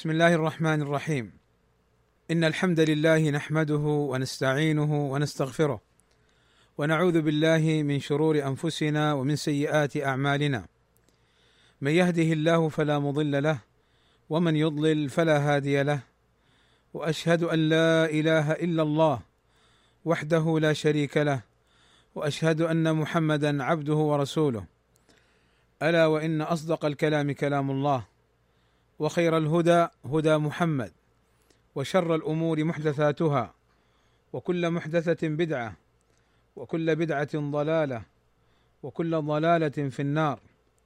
بسم الله الرحمن الرحيم. إن الحمد لله نحمده ونستعينه ونستغفره، ونعوذ بالله من شرور أنفسنا ومن سيئات أعمالنا. من يهده الله فلا مضل له، ومن يضلل فلا هادي له، وأشهد أن لا إله إلا الله وحده لا شريك له، وأشهد أن محمدا عبده ورسوله. ألا وإن أصدق الكلام كلام الله، وخير الهدى هدى محمد، وشر الأمور محدثاتها، وكل محدثة بدعة، وكل بدعة ضلالة، وكل ضلالة في النار.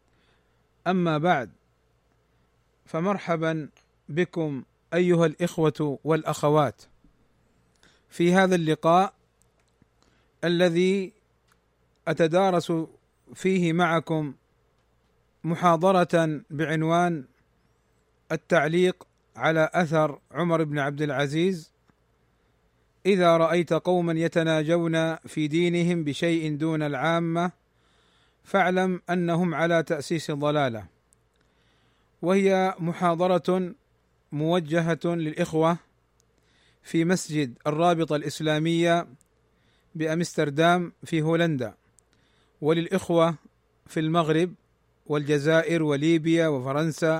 أما بعد، فمرحبا بكم أيها الإخوة والأخوات في هذا اللقاء الذي أتدارس فيه معكم محاضرة بعنوان التعليق على أثر عمر بن عبد العزيز: إذا رأيت قوما يتناجون في دينهم بشيء دون العامة فاعلم أنهم على تأسيس ضلالة. وهي محاضرة موجهة للإخوة في مسجد الرابطة الإسلامية بأمستردام في هولندا، وللإخوة في المغرب والجزائر وليبيا وفرنسا،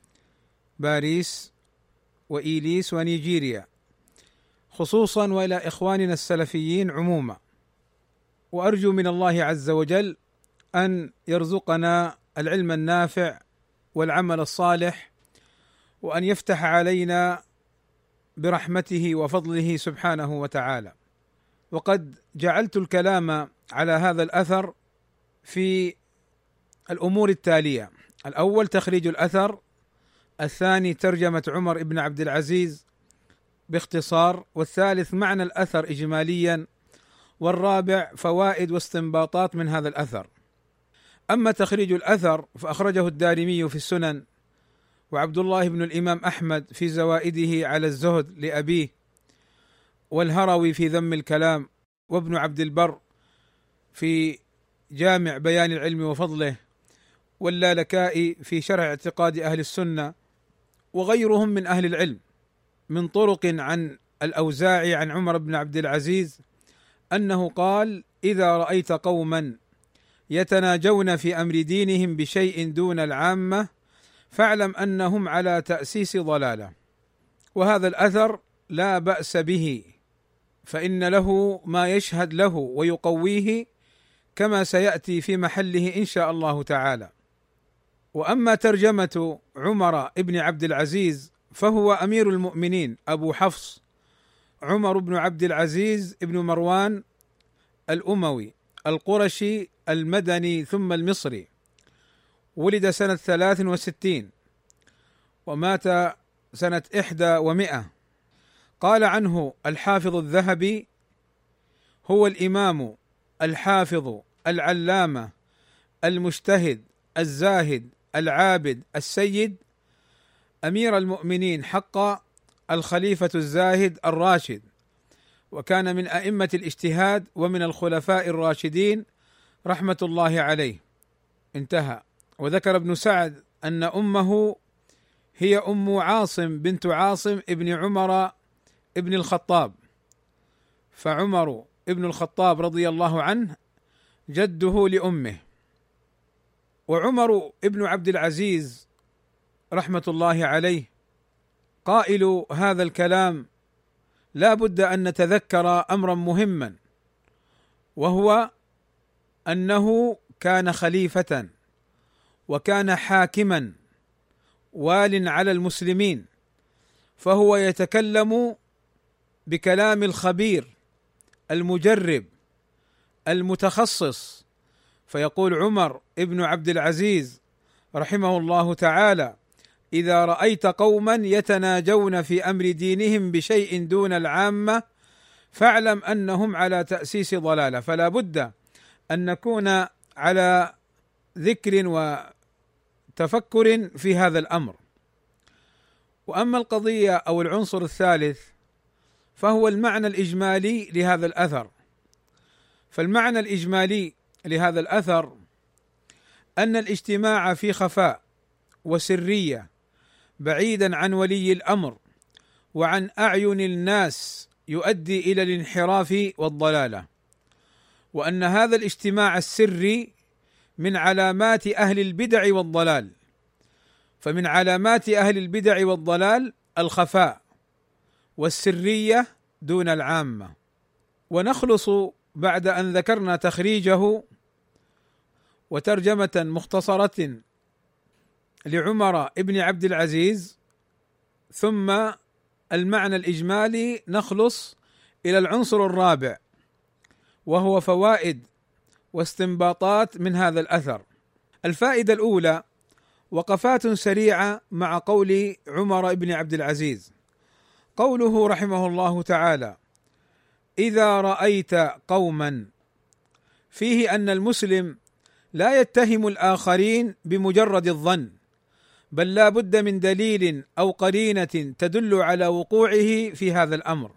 باريس وإيليس ونيجيريا خصوصا، وإلى إخواننا السلفيين عموما. وأرجو من الله عز وجل أن يرزقنا العلم النافع والعمل الصالح، وأن يفتح علينا برحمته وفضله سبحانه وتعالى. وقد جعلت الكلام على هذا الأثر في الأمور التالية: الأول تخريج الأثر، الثاني ترجمة عمر بن عبد العزيز باختصار، والثالث معنى الأثر إجماليا، والرابع فوائد واستنباطات من هذا الأثر. أما تخريج الأثر فأخرجه الدارمي في السنن، وعبد الله بن الإمام أحمد في زوائده على الزهد لأبيه، والهروي في ذم الكلام، وابن عبد البر في جامع بيان العلم وفضله، واللالكائي في شرح اعتقاد أهل السنة، وغيرهم من أهل العلم، من طرق عن الأوزاعي عن عمر بن عبد العزيز أنه قال: إذا رأيت قوما يتناجون في أمر دينهم بشيء دون العامة فاعلم أنهم على تأسيس ضلالة. وهذا الأثر لا بأس به، فإن له ما يشهد له ويقويه كما سيأتي في محله إن شاء الله تعالى. وأما ترجمة عمر بن عبد العزيز فهو أمير المؤمنين أبو حفص عمر بن عبد العزيز بن مروان الأموي القرشي المدني ثم المصري، ولد سنة 63 ومات سنة 100. قال عنه الحافظ الذهبي: هو الإمام الحافظ العلامة المجتهد الزاهد العابد السيد، أمير المؤمنين حقا، الخليفة الزاهد الراشد، وكان من أئمة الاجتهاد ومن الخلفاء الراشدين رحمة الله عليه. انتهى. وذكر ابن سعد أن أمه هي أم عاصم بنت عاصم ابن عمر ابن الخطاب، فعمر ابن الخطاب رضي الله عنه جده لأمه. وعمر ابن عبد العزيز رحمة الله عليه قائل هذا الكلام لا بد أن نتذكر أمرا مهما، وهو أنه كان خليفة وكان حاكما وال على المسلمين، فهو يتكلم بكلام الخبير المجرب المتخصص. فيقول عمر ابن عبد العزيز رحمه الله تعالى: إذا رأيت قوما يتناجون في أمر دينهم بشيء دون العامة فاعلم أنهم على تأسيس ضلالة. فلا بد أن نكون على ذكر وتفكر في هذا الأمر. وأما القضية أو العنصر الثالث فهو المعنى الإجمالي لهذا الأثر. فالمعنى الإجمالي لهذا الأثر أن الاجتماع في خفاء وسرية بعيدا عن ولي الامر وعن اعين الناس يؤدي الى الانحراف والضلاله، وان هذا الاجتماع السري من علامات اهل البدع والضلال، فمن علامات اهل البدع والضلال الخفاء والسريه دون العامه. ونخلص بعد ان ذكرنا تخريجه وترجمه مختصره لعمر ابن عبد العزيز، ثم المعنى الإجمالي نخلص إلى العنصر الرابع، وهو فوائد واستنباطات من هذا الأثر. الفائدة الأولى وقفات سريعة مع قول عمر بن عبد العزيز. قوله رحمه الله تعالى: إذا رأيت قوما، فيه أن المسلم لا يتهم الآخرين بمجرد الظن، بل لا بد من دليل أو قرينة تدل على وقوعه في هذا الأمر.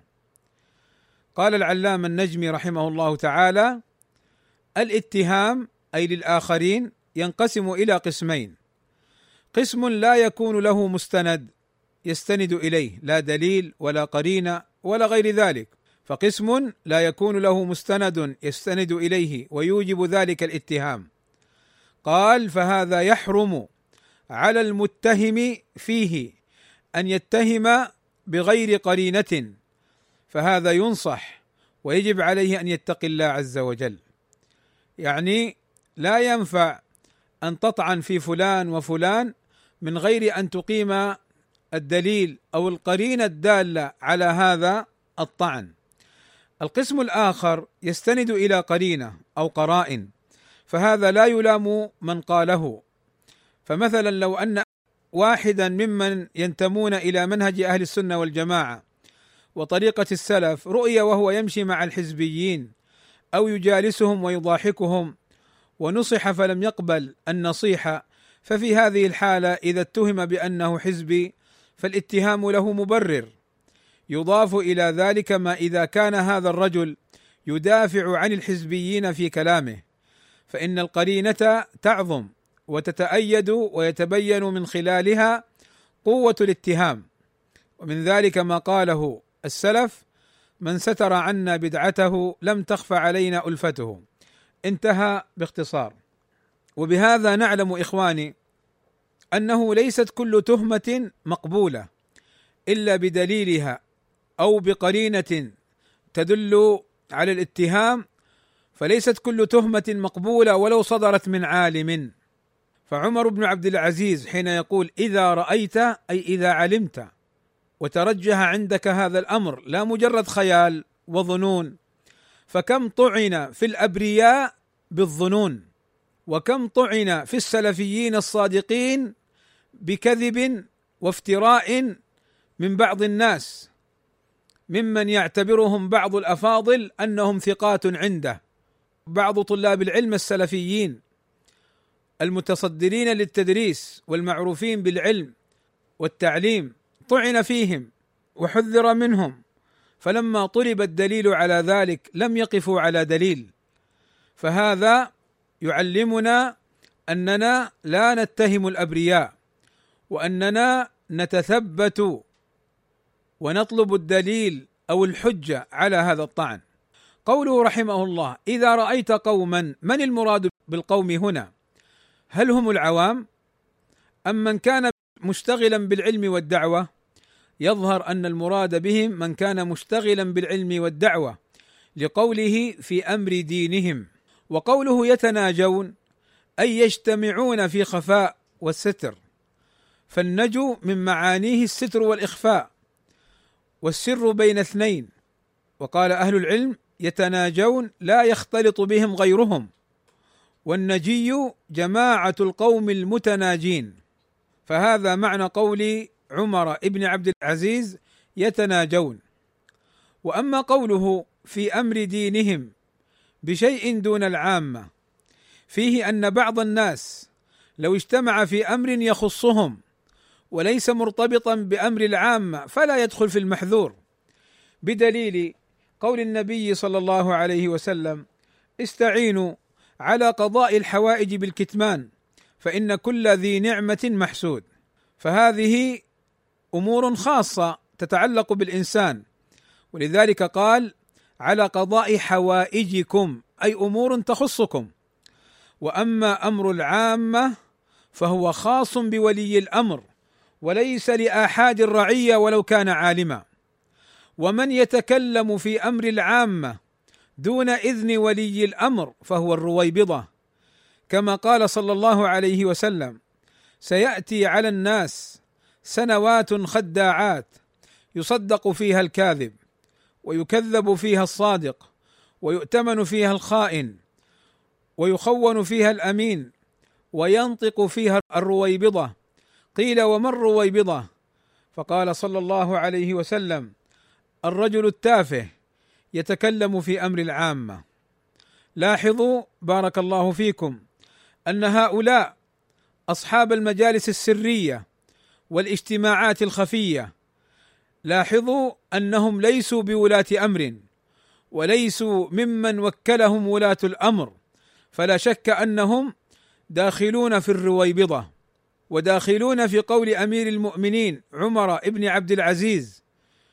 قال العلامة النجمي رحمه الله تعالى: الاتهام أي للآخرين ينقسم إلى قسمين: قسم لا يكون له مستند يستند إليه، لا دليل ولا قرينة ولا غير ذلك، فقسم لا يكون له مستند يستند إليه ويوجب ذلك الاتهام. قال: فهذا يحرم على المتهم فيه أن يتهم بغير قرينة، فهذا ينصح ويجب عليه أن يتقي الله عز وجل. يعني لا ينفع أن تطعن في فلان وفلان من غير أن تقيم الدليل أو القرينة الدالة على هذا الطعن. القسم الآخر يستند إلى قرينة أو قرائن، فهذا لا يلام من قاله. فمثلا لو أن واحدا ممن ينتمون إلى منهج أهل السنة والجماعة وطريقة السلف رؤي وهو يمشي مع الحزبيين أو يجالسهم ويضاحكهم ونصح فلم يقبل النصيحة، ففي هذه الحالة إذا اتهم بأنه حزبي فالاتهام له مبرر. يضاف إلى ذلك ما إذا كان هذا الرجل يدافع عن الحزبيين في كلامه، فإن القرينة تعظم وتتأيد ويتبين من خلالها قوة الاتهام. ومن ذلك ما قاله السلف: من ستر عنا بدعته لم تخف علينا ألفته. انتهى باختصار. وبهذا نعلم إخواني أنه ليست كل تهمة مقبولة إلا بدليلها أو بقرينة تدل على الاتهام، فليست كل تهمة مقبولة ولو صدرت من عالم. فعمر بن عبد العزيز حين يقول إذا رأيت أي إذا علمت وترجح عندك هذا الأمر، لا مجرد خيال وظنون. فكم طعن في الأبرياء بالظنون، وكم طعن في السلفيين الصادقين بكذب وافتراء من بعض الناس ممن يعتبرهم بعض الأفاضل أنهم ثقات عنده. بعض طلاب العلم السلفيين المتصدرين للتدريس والمعروفين بالعلم والتعليم طعن فيهم وحذر منهم، فلما طلب الدليل على ذلك لم يقفوا على دليل. فهذا يعلمنا أننا لا نتهم الأبرياء، وأننا نتثبت ونطلب الدليل أو الحجة على هذا الطعن. قوله رحمه الله إذا رأيت قوما، من المراد بالقوم هنا؟ هل هم العوام أم من كان مشتغلا بالعلم والدعوة؟ يظهر أن المراد بهم من كان مشتغلا بالعلم والدعوة، لقوله في أمر دينهم. وقوله يتناجون أي يجتمعون في خفاء والستر، فالنجو من معانيه الستر والإخفاء، والسر بين اثنين. وقال أهل العلم يتناجون لا يختلط بهم غيرهم، والنجي جماعة القوم المتناجين. فهذا معنى قول عمر ابن عبد العزيز يتناجون. وأما قوله في أمر دينهم بشيء دون العامة، فيه أن بعض الناس لو اجتمع في أمر يخصهم وليس مرتبطا بأمر العامة فلا يدخل في المحذور، بدليل قول النبي صلى الله عليه وسلم استعينوا على قضاء الحوائج بالكتمان فإن كل ذي نعمة محسود. فهذه امور خاصه تتعلق بالانسان، ولذلك قال: على قضاء حوائجكم، اي امور تخصكم. واما امر العامه فهو خاص بولي الامر، وليس لاحاد الرعيه ولو كان عالما. ومن يتكلم في امر العامه دون اذن ولي الامر فهو الرويبضه، كما قال صلى الله عليه وسلم: سياتي على الناس سنوات خداعات يصدق فيها الكاذب، ويكذب فيها الصادق، ويؤتمن فيها الخائن، ويخون فيها الامين، وينطق فيها الرويبضه. قيل: وما الرويبضه؟ فقال صلى الله عليه وسلم: الرجل التافه يتكلم في امر العامه. لاحظوا بارك الله فيكم ان هؤلاء اصحاب المجالس السريه والاجتماعات الخفيه، لاحظوا انهم ليسوا بولاة امر، وليسوا ممن وكلهم ولاة الامر، فلا شك انهم داخلون في الرويبضه، وداخلون في قول امير المؤمنين عمر بن عبد العزيز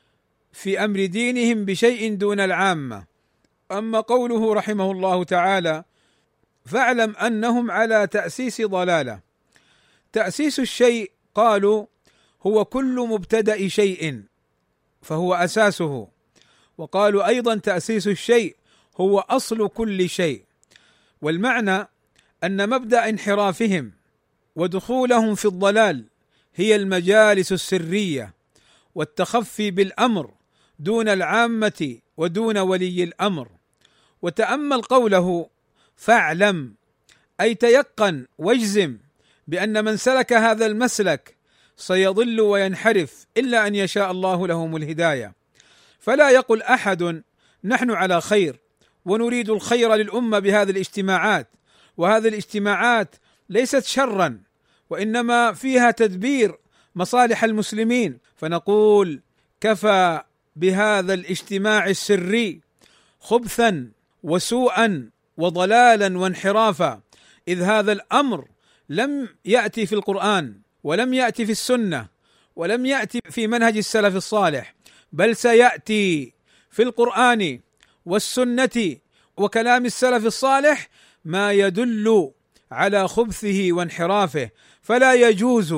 في امر دينهم بشيء دون العامه. اما قوله رحمه الله تعالى: فاعلم انهم على تاسيس ضلاله. تاسيس الشيء قالوا هو كل مبتدا شيء فهو اساسه، وقالوا ايضا تاسيس الشيء هو اصل كل شيء. والمعنى ان مبدا انحرافهم ودخولهم في الضلال هي المجالس السريه والتخفي بالامر دون العامه ودون ولي الامر. وتامل قوله: فاعلم، اي تيقن واجزم بان من سلك هذا المسلك سيضل وينحرف الا ان يشاء الله لهم الهدايه. فلا يقل احد: نحن على خير ونريد الخير للامه بهذه الاجتماعات، وهذه الاجتماعات ليست شرا وانما فيها تدبير مصالح المسلمين، فنقول: كفى بهذا الاجتماع السري خبثا وسوءا وضلالا وانحرافا، اذ هذا الامر لم ياتي في القران، ولم ياتي في السنه، ولم ياتي في منهج السلف الصالح، بل سياتي في القران والسنه وكلام السلف الصالح ما يدل على خبثه وانحرافه. فلا يجوز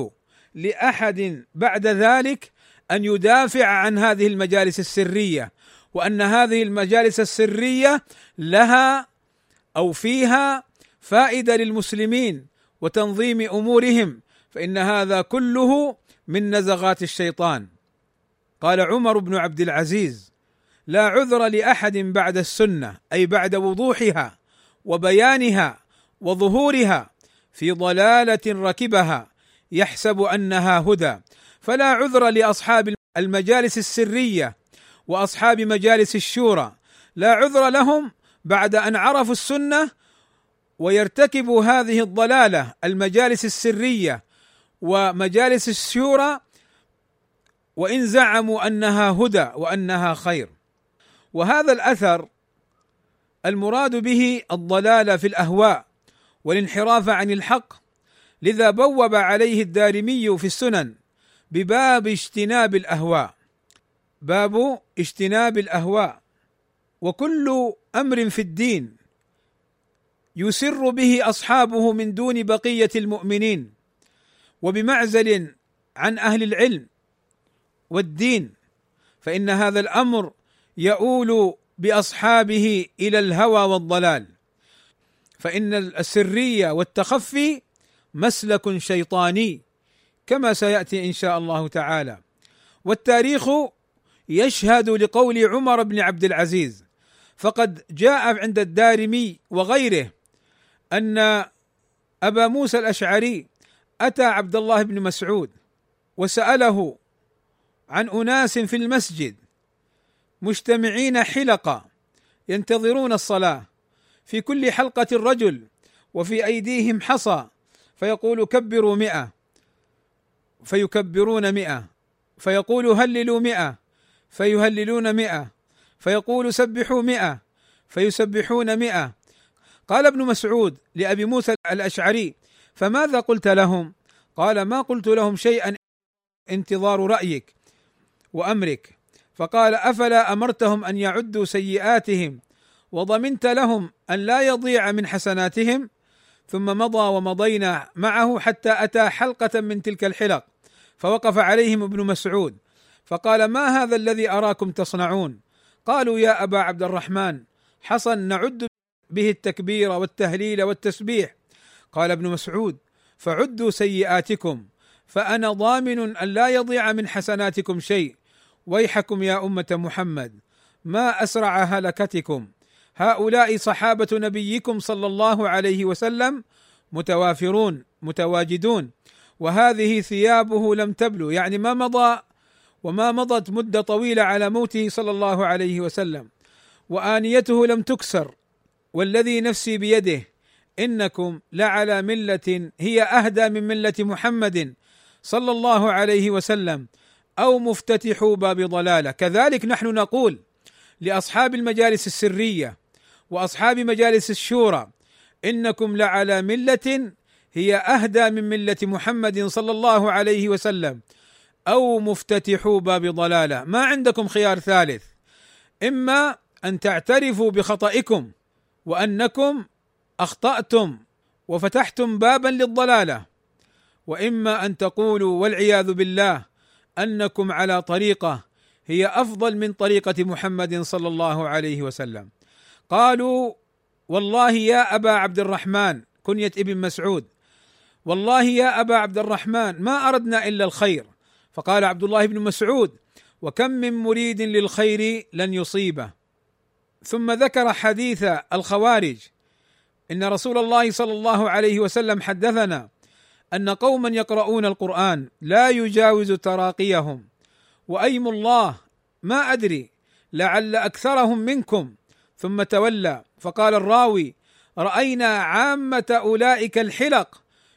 لاحد بعد ذلك ان يدافع عن هذه المجالس السريه، وان هذه المجالس السريه لها او فيها فائده للمسلمين وتنظيم امورهم، فان هذا كله من نزغات الشيطان. قال عمر بن عبد العزيز: لا عذر لاحد بعد السنه، اي بعد وضوحها وبيانها وظهورها، في ضلاله ركبها يحسب انها هدى. فلا عذر لاصحاب المجالس السريه واصحاب مجالس الشورى، لا عذر لهم بعد ان عرفوا السنه ويرتكبوا هذه الضلاله، المجالس السريه ومجالس الشورى، وان زعموا انها هدى وانها خير. وهذا الاثر المراد به الضلال في الاهواء والانحراف عن الحق، لذا بوب عليه الدارمي في السنن بباب اجتناب الاهواء. باب اجتناب الاهواء: وكل امر في الدين يسر به اصحابه من دون بقيه المؤمنين، وبمعزل عن اهل العلم والدين، فان هذا الامر يؤول باصحابه الى الهوى والضلال، فان السريه والتخفي مسلك شيطاني كما سياتي ان شاء الله تعالى. والتاريخ يشهد لقول عمر بن عبد العزيز، فقد جاء عند الدارمي وغيره ان ابا موسى الاشعري اتى عبد الله بن مسعود وساله عن اناس في المسجد مجتمعين حلقه ينتظرون الصلاه، في كل حلقه رجل وفي ايديهم حصى، فيقول: كبروا 100، فيكبرون 100، فيقول: هللوا 100، فيهللون 100، فيقول: سبحوا 100، فيسبحون 100. قال ابن مسعود لأبي موسى الأشعري: فماذا قلت لهم؟ قال: ما قلت لهم شيئا انتظار رأيك وأمرك. فقال: أفلا أمرتهم أن يعدوا سيئاتهم وضمنت لهم أن لا يضيع من حسناتهم؟ ثم مضى ومضينا معه حتى أتى حلقة من تلك الحلق، فوقف عليهم ابن مسعود فقال: ما هذا الذي أراكم تصنعون؟ قالوا: يا أبا عبد الرحمن، حصى نعد به التكبير والتهليل والتسبيح. قال ابن مسعود: فعدوا سيئاتكم فأنا ضامن أن لا يضيع من حسناتكم شيء. ويحكم يا أمة محمد، ما أسرع هلكتكم، هؤلاء صحابة نبيكم صلى الله عليه وسلم متوافرون متواجدون، وهذه ثيابه لم تبلو، يعني ما مضى وما مضت مدة طويلة على موته صلى الله عليه وسلم، وآنيته لم تكسر، والذي نفسي بيده إنكم لعلى ملة هي أهدى من ملة محمد صلى الله عليه وسلم، أو مفتتحوا باب ضلالة. كذلك نحن نقول لأصحاب المجالس السرية وأصحاب مجالس الشورى: إنكم لعلى ملة هي أهدى من ملة محمد صلى الله عليه وسلم، أو مفتتحوا باب ضلالة. ما عندكم خيار ثالث، إما أن تعترفوا بخطئكم وأنكم أخطأتم وفتحتم بابا للضلالة، وإما أن تقولوا والعياذ بالله أنكم على طريقة هي أفضل من طريقة محمد صلى الله عليه وسلم. قالوا: والله يا أبا عبد الرحمن، كنية ابن مسعود، والله يا أبا عبد الرحمن ما أردنا إلا الخير. فقال عبد الله بن مسعود: وكم من مريد للخير لن يصيبه. ثم ذكر حديث الخوارج: إن رسول الله صلى الله عليه وسلم حدثنا أن قوما يقرؤون القرآن لا يجاوز تراقيهم، وأيم الله ما أدري لعل أكثرهم منكم. ثم تولى فقال الراوي: رأينا عامة أولئك الحلق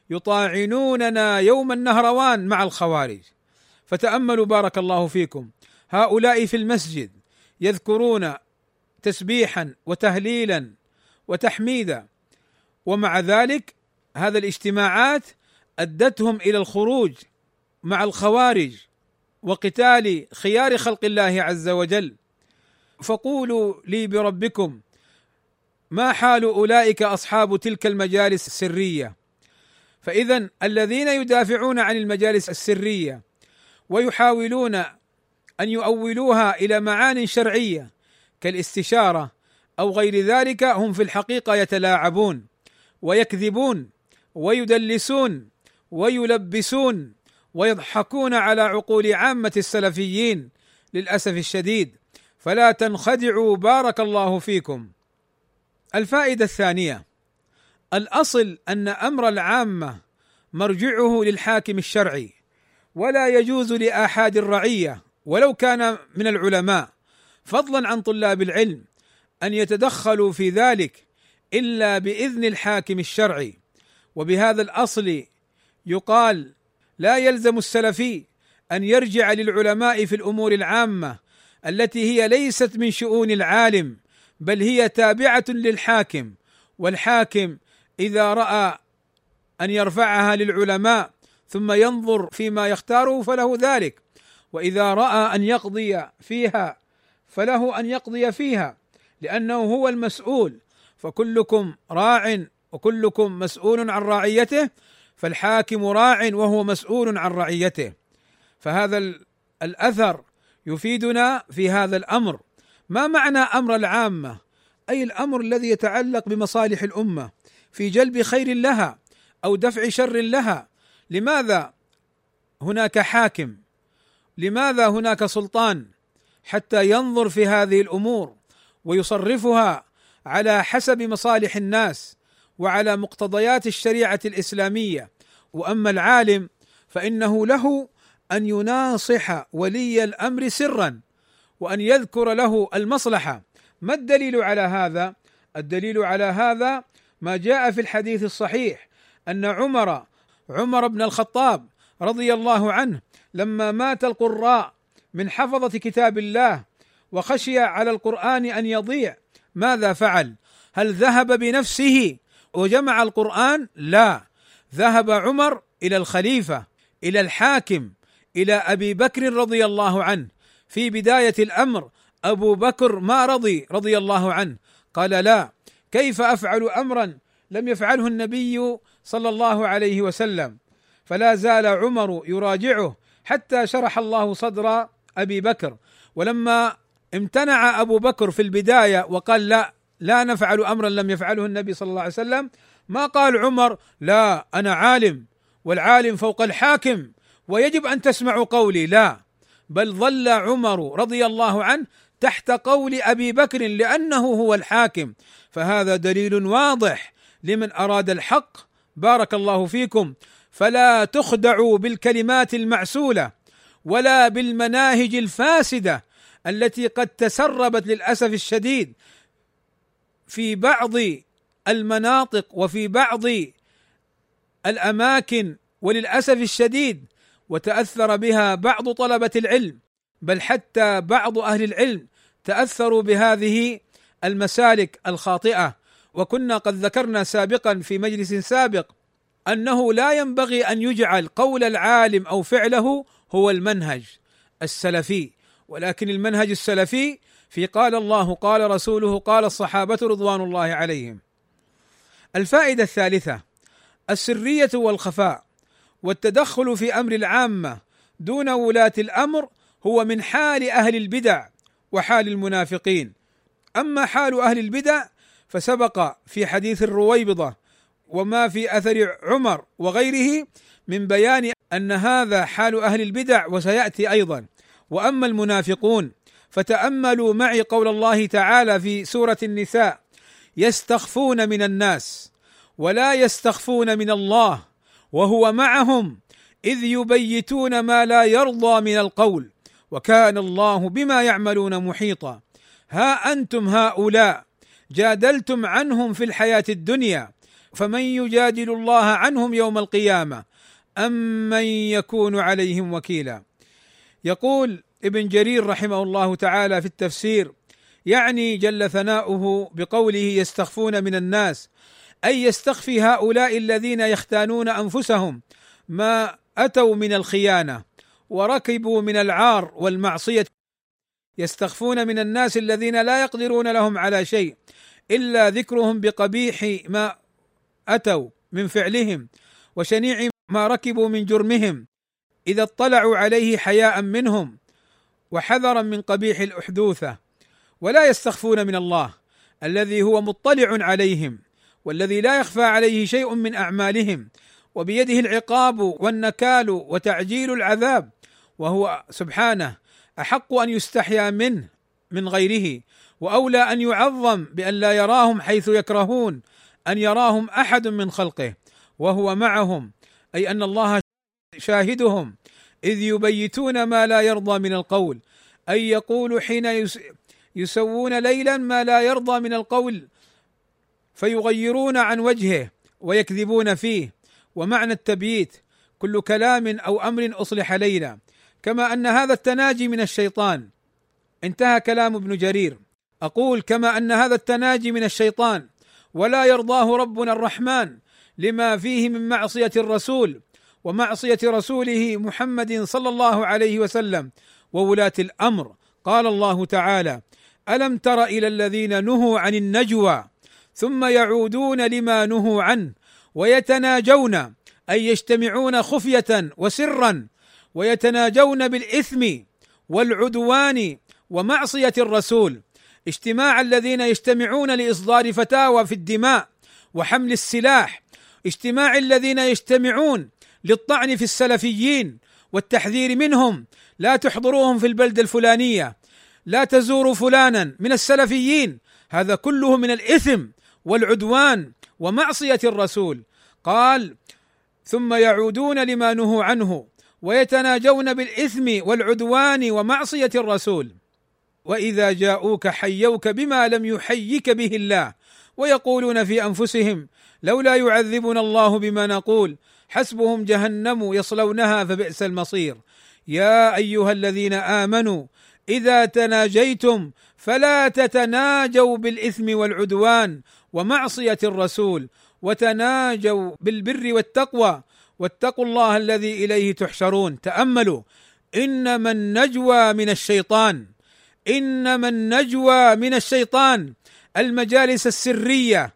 يطاعنوننا يوم النهروان مع الخوارج. فتأملوا بارك الله فيكم، هؤلاء في المسجد يذكرون تسبيحا وتهليلا وتحميدا، ومع ذلك هذا الاجتماعات أدتهم إلى الخروج مع الخوارج وقتال خيار خلق الله عز وجل. فقولوا لي بربكم ما حال أولئك أصحاب تلك المجالس السرية؟ فإذا الذين يدافعون عن المجالس السرية ويحاولون أن يؤولوها إلى معان شرعية كالاستشارة أو غير ذلك، هم في الحقيقة يتلاعبون ويكذبون ويدلسون ويلبسون ويضحكون على عقول عامة السلفيين للأسف الشديد. فلا تنخدعوا بارك الله فيكم. الفائدة الثانية: الأصل أن أمر العامة مرجعه للحاكم الشرعي، ولا يجوز لآحاد الرعية ولو كان من العلماء فضلا عن طلاب العلم أن يتدخلوا في ذلك إلا بإذن الحاكم الشرعي. وبهذا الأصل يقال: لا يلزم السلفي أن يرجع للعلماء في الأمور العامة التي هي ليست من شؤون العالم، بل هي تابعة للحاكم، والحاكم إذا رأى أن يرفعها للعلماء ثم ينظر فيما يختاره فله ذلك، وإذا رأى أن يقضي فيها فله أن يقضي فيها، لأنه هو المسؤول. فكلكم راع وكلكم مسؤول عن رعيته، فالحاكم راع وهو مسؤول عن رعيته. فهذا الأثر يفيدنا في هذا الأمر. ما معنى أمر العامة؟ أي الأمر الذي يتعلق بمصالح الأمة في جلب خير لها أو دفع شر لها. لماذا هناك حاكم؟ لماذا هناك سلطان؟ حتى ينظر في هذه الأمور ويصرفها على حسب مصالح الناس وعلى مقتضيات الشريعة الإسلامية. وأما العالم فإنه له أن يناصح ولي الأمر سرا وأن يذكر له المصلحة. ما الدليل على هذا؟ الدليل على هذا ما جاء في الحديث الصحيح أن عمر بن الخطاب رضي الله عنه لما مات القراء من حفظة كتاب الله وخشي على القرآن أن يضيع، ماذا فعل؟ هل ذهب بنفسه وجمع القرآن؟ لا، ذهب عمر إلى الخليفة، إلى الحاكم، إلى أبي بكر رضي الله عنه في بداية الأمر. أبو بكر ما رضي الله عنه، قال: لا، كيف أفعل أمرا لم يفعله النبي صلى الله عليه وسلم؟ فلا زال عمر يراجعه حتى شرح الله صدر أبي بكر. ولما امتنع أبو بكر في البداية وقال: لا نفعل أمرا لم يفعله النبي صلى الله عليه وسلم، ما قال عمر: لا، أنا عالم والعالم فوق الحاكم ويجب أن تسمعوا قولي. لا، بل ظل عمر رضي الله عنه تحت قول أبي بكر لأنه هو الحاكم. فهذا دليل واضح لمن أراد الحق. بارك الله فيكم. فلا تخدعوا بالكلمات المعسولة ولا بالمناهج الفاسدة التي قد تسربت للأسف الشديد في بعض المناطق وفي بعض الأماكن، وللأسف الشديد وتأثر بها بعض طلبة العلم، بل حتى بعض أهل العلم تأثروا بهذه المسالك الخاطئة. وكنا قد ذكرنا سابقا في مجلس سابق أنه لا ينبغي أن يجعل قول العالم أو فعله هو المنهج السلفي، ولكن المنهج السلفي في قال الله قال رسوله قال الصحابة رضوان الله عليهم. الفائدة الثالثة: السرية والخفاء والتدخل في أمر العامة دون ولاة الأمر هو من حال أهل البدع وحال المنافقين. أما حال أهل البدع فسبق في حديث الرويبضة وما في أثر عمر وغيره من بيان أن هذا حال أهل البدع، وسيأتي أيضا. وأما المنافقون فتأملوا معي قول الله تعالى في سورة النساء: يستخفون من الناس ولا يستخفون من الله وهو معهم إذ يبيتون ما لا يرضى من القول وكان الله بما يعملون محيطا. ها أنتم هؤلاء جادلتم عنهم في الحياة الدنيا، فمن يجادل الله عنهم يوم القيامة أم من يكون عليهم وكيلا. يقول ابن جرير رحمه الله تعالى في التفسير، يعني جل ثناؤه بقوله يستخفون من الناس، أي يستخفي هؤلاء الذين يختانون أنفسهم ما أتوا من الخيانة وركبوا من العار والمعصية. يستخفون من الناس الذين لا يقدرون لهم على شيء إلا ذكرهم بقبيح ما أتوا من فعلهم وشنيع ما ركبوا من جرمهم إذا اطلعوا عليه حياء منهم وحذرا من قبيح الأحدوثة. ولا يستخفون من الله الذي هو مطلع عليهم والذي لا يخفى عليه شيء من أعمالهم، وبيده العقاب والنكال وتعجيل العذاب، وهو سبحانه أحق أن يستحيا منه من غيره، وأولى أن يعظم بأن لا يراهم حيث يكرهون أن يراهم أحد من خلقه، وهو معهم، أي أن الله شاهدهم إذ يبيتون ما لا يرضى من القول، أي يقول حين يسوون ليلا ما لا يرضى من القول فيغيرون عن وجهه ويكذبون فيه. ومعنى التبييت كل كلام أو أمر أصلح ليلا، كما أن هذا التناجي من الشيطان. انتهى كلام ابن جرير. أقول كما أن هذا التناجي من الشيطان ولا يرضاه ربنا الرحمن لما فيه من معصية الرسول ومعصية رسوله محمد صلى الله عليه وسلم وولاة الأمر. قال الله تعالى: ألم تر إلى الذين نهوا عن النجوى ثم يعودون لما نهوا عنه ويتناجون، أي يجتمعون خفية وسرا ويتناجون بالإثم والعدوان ومعصية الرسول، اجتماع الذين يجتمعون لإصدار فتاوى في الدماء وحمل السلاح، اجتماع الذين يجتمعون للطعن في السلفيين والتحذير منهم، لا تحضروهم في البلدة الفلانية، لا تزوروا فلانا من السلفيين، هذا كله من الإثم والعدوان ومعصية الرسول. قال: ثم يعودون لما نهوا عنه ويتناجون بالإثم والعدوان ومعصية الرسول، وإذا جاءوك حيوك بما لم يحيك به الله ويقولون في أنفسهم لولا يعذبنا الله بما نقول حسبهم جهنم يصلونها فبئس المصير. يا أيها الذين آمنوا إذا تناجيتم فلا تتناجوا بالإثم والعدوان ومعصية الرسول وتناجوا بالبر والتقوى واتقوا الله الذي إليه تحشرون. تأملوا إنما النجوى من الشيطان، إنما النجوى من الشيطان. المجالس السرية،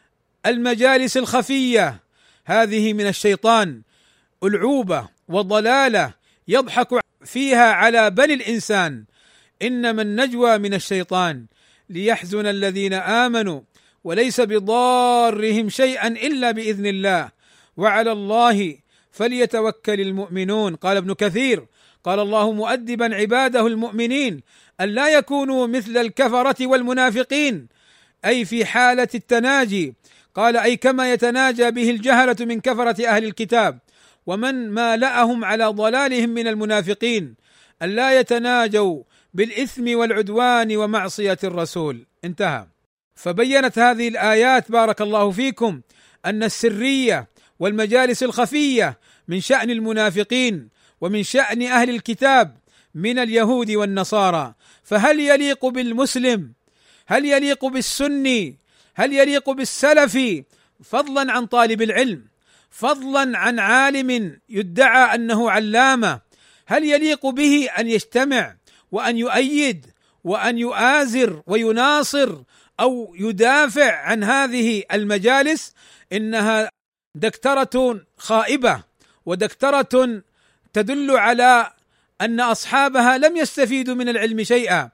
المجالس الخفية، هذه من الشيطان، ألعوبة وضلالة يضحك فيها على بني الإنسان. إنما النجوى من الشيطان ليحزن الذين آمنوا وليس بضارهم شيئا إلا بإذن الله وعلى الله فليتوكل المؤمنون. قال ابن كثير: قال الله مؤدبا عباده المؤمنين أن لا يكونوا مثل الكفرة والمنافقين، أي في حالة التناجي. قال: أي كما يتناجى به الجهلة من كفرة أهل الكتاب ومن مالأهم على ضلالهم من المنافقين، أن لا يتناجوا بالإثم والعدوان ومعصية الرسول. انتهى. فبينت هذه الآيات بارك الله فيكم أن السرية والمجالس الخفية من شأن المنافقين ومن شأن أهل الكتاب من اليهود والنصارى. فهل يليق بالمسلم، هل يليق بالسني، هل يليق بالسلفي، فضلا عن طالب العلم، فضلا عن عالم يدعى أنه علامة، هل يليق به أن يجتمع وأن يؤيد وأن يؤازر ويناصر أو يدافع عن هذه المجالس؟ إنها دكترة خائبة، ودكترة تدل على أن أصحابها لم يستفيدوا من العلم شيئا.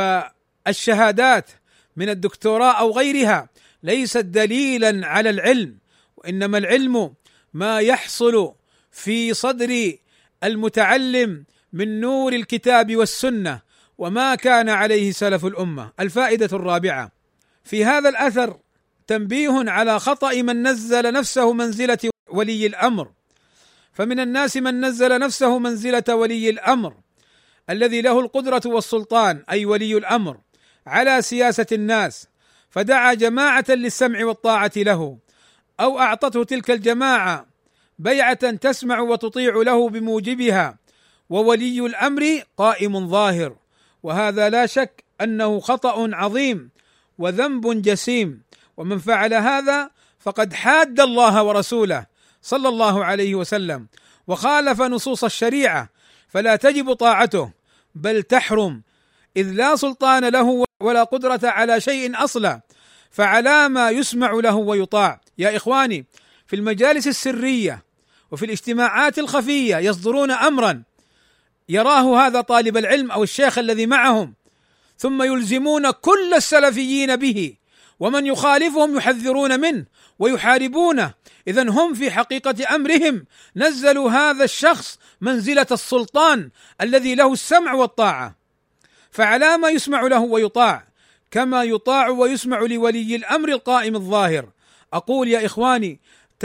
فالشهادات من الدكتوراه أو غيرها ليست دليلا على العلم، وإنما العلم ما يحصل في صدر المتعلم من نور الكتاب والسنة وما كان عليه سلف الأمة. الفائدة الرابعة في هذا الأثر تنبيه على خطأ من نزل نفسه منزلة ولي الأمر. فمن الناس من نزل نفسه منزلة ولي الأمر الذي له القدرة والسلطان، أي ولي الأمر، على سياسة الناس، فدعا جماعة للسمع والطاعة له، أو أعطته تلك الجماعة بيعة تسمع وتطيع له بموجبها، وولي الأمر قائم ظاهر. وهذا لا شك أنه خطأ عظيم وذنب جسيم، ومن فعل هذا فقد حاد الله ورسوله صلى الله عليه وسلم وخالف نصوص الشريعة، فلا تجب طاعته بل تحرم، إذ لا سلطان له ولا قدرة على شيء أصلا، فعلى ما يسمع له ويطاع. يا إخواني، في المجالس السرية وفي الاجتماعات الخفية يصدرون أمرا يراه هذا طالب العلم أو الشيخ الذي معهم، ثم يلزمون كل السلفيين به، ومن يخالفهم يحذرون منه ويحاربونه. إذن هم في حقيقة أمرهم نزلوا هذا الشخص منزلة السلطان الذي له السمع والطاعة، فعلى ما يسمع له ويطاع كما يطاع ويسمع لولي الأمر القائم الظاهر. أقول يا إخواني،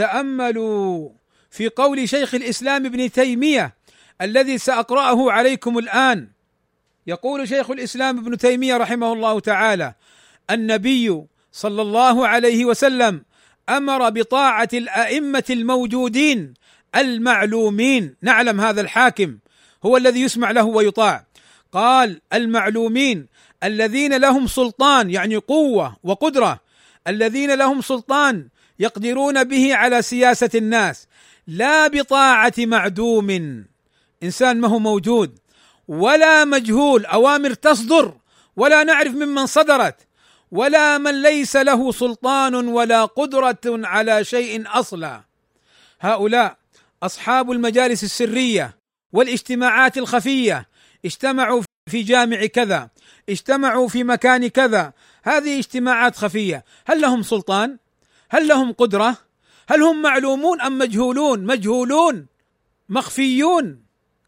تأملوا في قول شيخ الإسلام ابن تيمية الذي سأقرأه عليكم الآن. يقول شيخ الإسلام ابن تيمية رحمه الله تعالى: النبي صلى الله عليه وسلم أمر بطاعة الأئمة الموجودين المعلومين. نعلم هذا الحاكم هو الذي يسمع له ويطاع. قال: المعلومين الذين لهم سلطان، يعني قوة وقدرة، الذين لهم سلطان يقدرون به على سياسة الناس، لا بطاعة معدوم، إنسان ما هو موجود، ولا مجهول، أوامر تصدر ولا نعرف ممن صدرت، ولا من ليس له سلطان ولا قدرة على شيء أصلا. هؤلاء أصحاب المجالس السرية والاجتماعات الخفية، اجتمعوا في جامع كذا، اجتمعوا في مكان كذا، هذه اجتماعات خفية. هل لهم سلطان؟ هل لهم قدرة؟ هل هم معلومون أم مجهولون؟ مجهولون، مخفيون،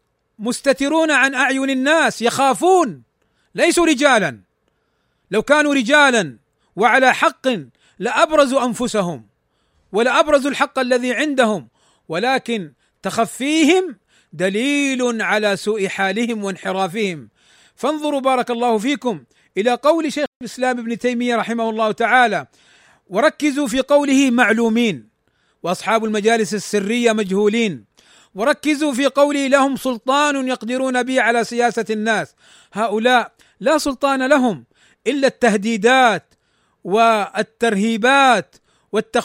مستترون عن أعين الناس، يخافون، ليسوا رجالا. لو كانوا رجالا وعلى حق لأبرزوا أنفسهم ولأبرزوا الحق الذي عندهم، ولكن تخفيهم دليل على سوء حالهم وانحرافهم. فانظروا بارك الله فيكم إلى قول شيخ الإسلام ابن تيمية رحمه الله تعالى، وركزوا في قوله معلومين، وأصحاب المجالس السرية مجهولين، وركزوا في قوله لهم سلطان يقدرون به على سياسة الناس. هؤلاء لا سلطان لهم إلا التهديدات والترهيبات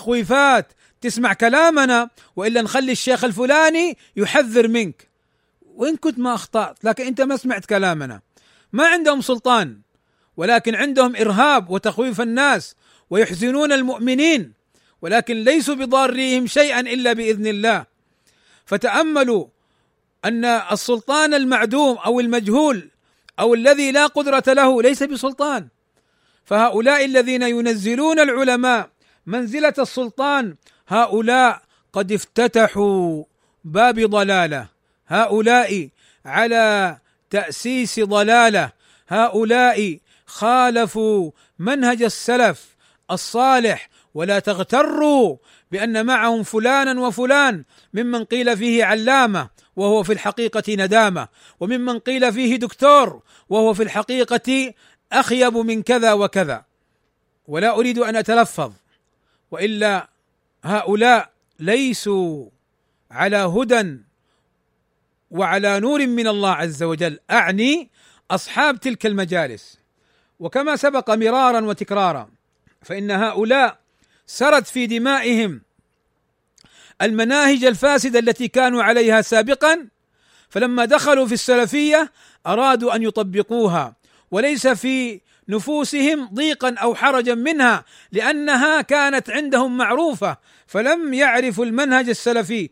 والتخويفات. تسمع كلامنا وإلا نخلي الشيخ الفلاني يحذر منك، وإن كنت ما أخطأت لكن أنت ما سمعت كلامنا. ما عندهم سلطان، ولكن عندهم إرهاب وتخويف الناس ويحزنون المؤمنين، ولكن ليسوا بضارهم شيئا إلا بإذن الله. فتأملوا أن السلطان المعدوم أو المجهول أو الذي لا قدرة له ليس بسلطان. فهؤلاء الذين ينزلون العلماء منزلة السلطان هؤلاء قد افتتحوا باب ضلالة، هؤلاء على تأسيس ضلالة، هؤلاء خالفوا منهج السلف الصالح. ولا تغتروا بأن معهم فلانا وفلان، ممن قيل فيه علامة وهو في الحقيقة ندامة، وممن قيل فيه دكتور وهو في الحقيقة أخيب من كذا وكذا. ولا أريد أن أتلفظ، وإلا هؤلاء ليسوا على هدى وعلى نور من الله عز وجل، أعني أصحاب تلك المجالس. وكما سبق مرارا وتكرارا فإن هؤلاء سرت في دمائهم المناهج الفاسدة التي كانوا عليها سابقا، فلما دخلوا في السلفية أرادوا أن يطبقوها، وليس في نفوسهم ضيقا أو حرجا منها، لأنها كانت عندهم معروفة، فلم يعرفوا المنهج السلفي.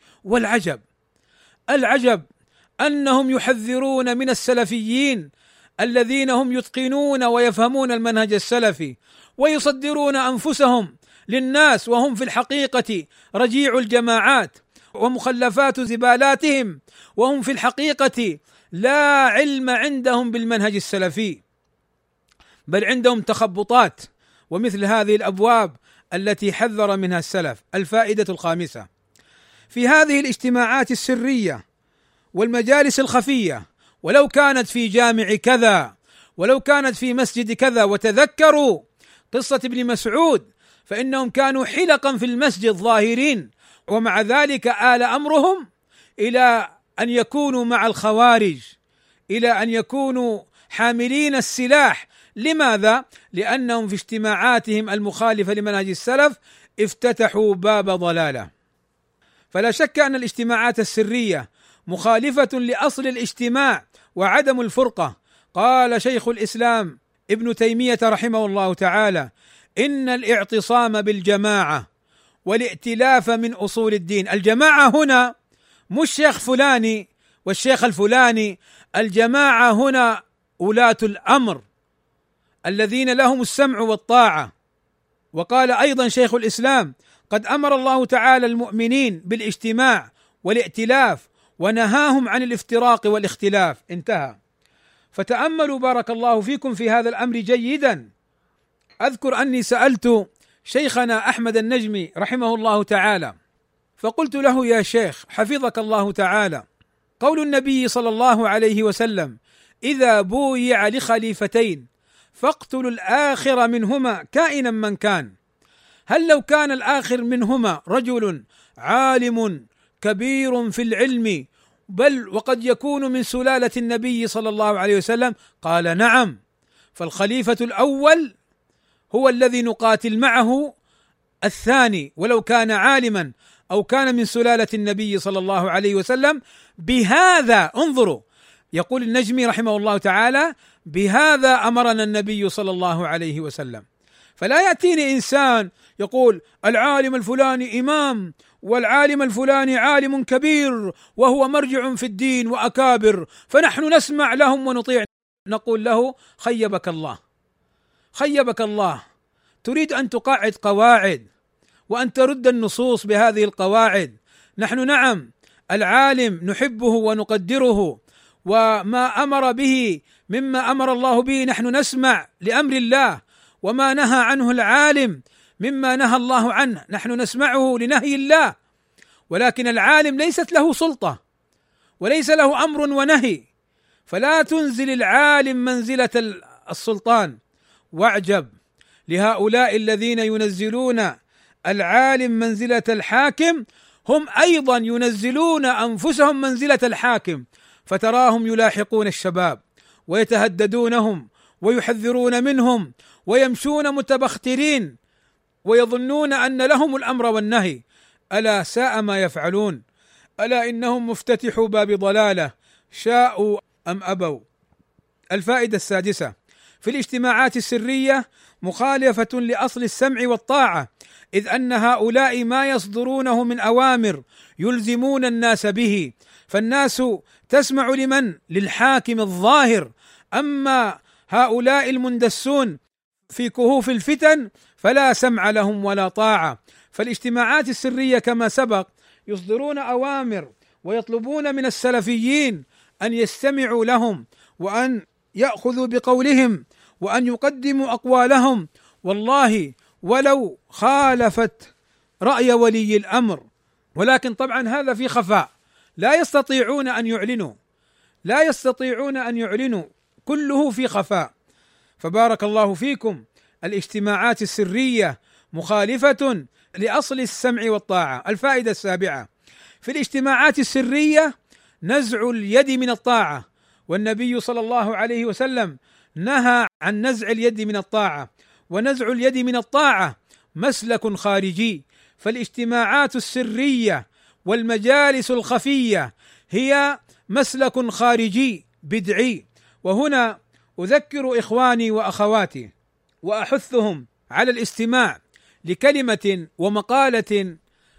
العجب أنهم يحذرون من السلفيين الذين هم يتقنون ويفهمون المنهج السلفي، ويصدرون أنفسهم للناس وهم في الحقيقة رجيع الجماعات ومخلفات زبالاتهم، وهم في الحقيقة لا علم عندهم بالمنهج السلفي، بل عندهم تخبطات. ومثل هذه الأبواب التي حذر منها السلف. الفائدة الخامسة: في هذه الاجتماعات السرية والمجالس الخفية، ولو كانت في جامع كذا، ولو كانت في مسجد كذا، وتذكروا قصة ابن مسعود فإنهم كانوا حلقا في المسجد ظاهرين، ومع ذلك آل أمرهم إلى أن يكونوا مع الخوارج، إلى أن يكونوا حاملين السلاح. لماذا؟ لأنهم في اجتماعاتهم المخالفة لمنهج السلف افتتحوا باب ضلالة. فلا شك أن الاجتماعات السرية مخالفة لأصل الاجتماع وعدم الفرقة. قال شيخ الإسلام ابن تيمية رحمه الله تعالى: إن الاعتصام بالجماعة والائتلاف من أصول الدين. الجماعة هنا مش شيخ فلاني والشيخ الفلاني، الجماعة هنا ولاة الأمر الذين لهم السمع والطاعة. وقال أيضا شيخ الإسلام: قد أمر الله تعالى المؤمنين بالاجتماع والائتلاف ونهاهم عن الافتراق والاختلاف. انتهى. فتأملوا بارك الله فيكم في هذا الأمر جيدا. أذكر أني سألت شيخنا أحمد النجمي رحمه الله تعالى، فقلت له: يا شيخ حفظك الله تعالى، قول النبي صلى الله عليه وسلم: إذا بويع لخليفتين فاقتلوا الآخر منهما كائنا من كان، هل لو كان الآخر منهما رجل عالم كبير في العلم بل وقد يكون من سلالة النبي صلى الله عليه وسلم؟ قال: نعم، فالخليفة الأول هو الذي نقاتل معه الثاني ولو كان عالما أو كان من سلالة النبي صلى الله عليه وسلم. بهذا انظروا، يقول النجمي رحمه الله تعالى: بهذا أمرنا النبي صلى الله عليه وسلم. فلا يأتيني إنسان يقول العالم الفلاني إمام والعالم الفلاني عالم كبير وهو مرجع في الدين وأكابر فنحن نسمع لهم ونطيع، نقول له: خيبك الله، خيبك الله، تريد أن تقعد قواعد وأن ترد النصوص بهذه القواعد. نحن نعم العالم نحبه ونقدره، وما أمر به مما أمر الله به نحن نسمع لأمر الله، وما نهى عنه العالم مما نهى الله عنه نحن نسمعه لنهي الله. ولكن العالم ليست له سلطة وليس له أمر ونهي، فلا تنزل العالم منزلة السلطان. واعجب لهؤلاء الذين ينزلون العالم منزلة الحاكم، هم أيضا ينزلون أنفسهم منزلة الحاكم، فتراهم يلاحقون الشباب ويتهددونهم ويحذرون منهم ويمشون متبخترين ويظنون أن لهم الأمر والنهي. ألا ساء ما يفعلون، ألا إنهم مفتتحوا باب ضلالة شاءوا أم أبوا. الفائدة السادسة: في الاجتماعات السرية مخالفة لأصل السمع والطاعة، إذ أن هؤلاء ما يصدرونه من أوامر يلزمون الناس به، فالناس تسمع لمن؟ للحاكم الظاهر، أما هؤلاء المندسون في كهوف الفتن فلا سمع لهم ولا طاعة. فالاجتماعات السرية كما سبق يصدرون أوامر ويطلبون من السلفيين أن يستمعوا لهم وأن يأخذوا بقولهم وأن يقدموا أقوالهم، والله ولو خالفت رأي ولي الأمر، ولكن طبعا هذا في خفاء، لا يستطيعون أن يعلنوا، كله في خفاء. فبارك الله فيكم، الاجتماعات السرية مخالفة لأصل السمع والطاعة. الفائدة السابعة: في الاجتماعات السرية نزع اليد من الطاعة، والنبي صلى الله عليه وسلم نهى عن نزع اليد من الطاعة، ونزع اليد من الطاعة مسلك خارجي. فالاجتماعات السرية والمجالس الخفية هي مسلك خارجي بدعي. وهنا أذكر إخواني وأخواتي وأحثهم على الاستماع لكلمة ومقالة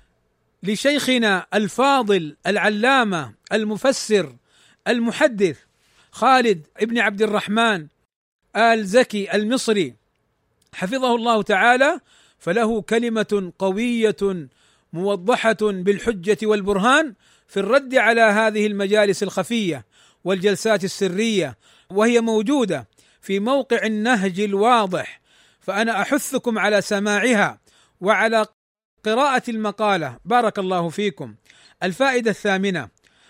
لشيخنا الفاضل العلامة المفسر المحدث خالد ابن عبد الرحمن آل زكي المصري حفظه الله تعالى، فله كلمة قوية موضحة بالحجة والبرهان في الرد على هذه المجالس الخفية والجلسات السرية، وهي موجودة في موقع النهج الواضح، فأنا أحثكم على سماعها وعلى قراءة المقالة. بارك الله فيكم. الفائدة الثامنة: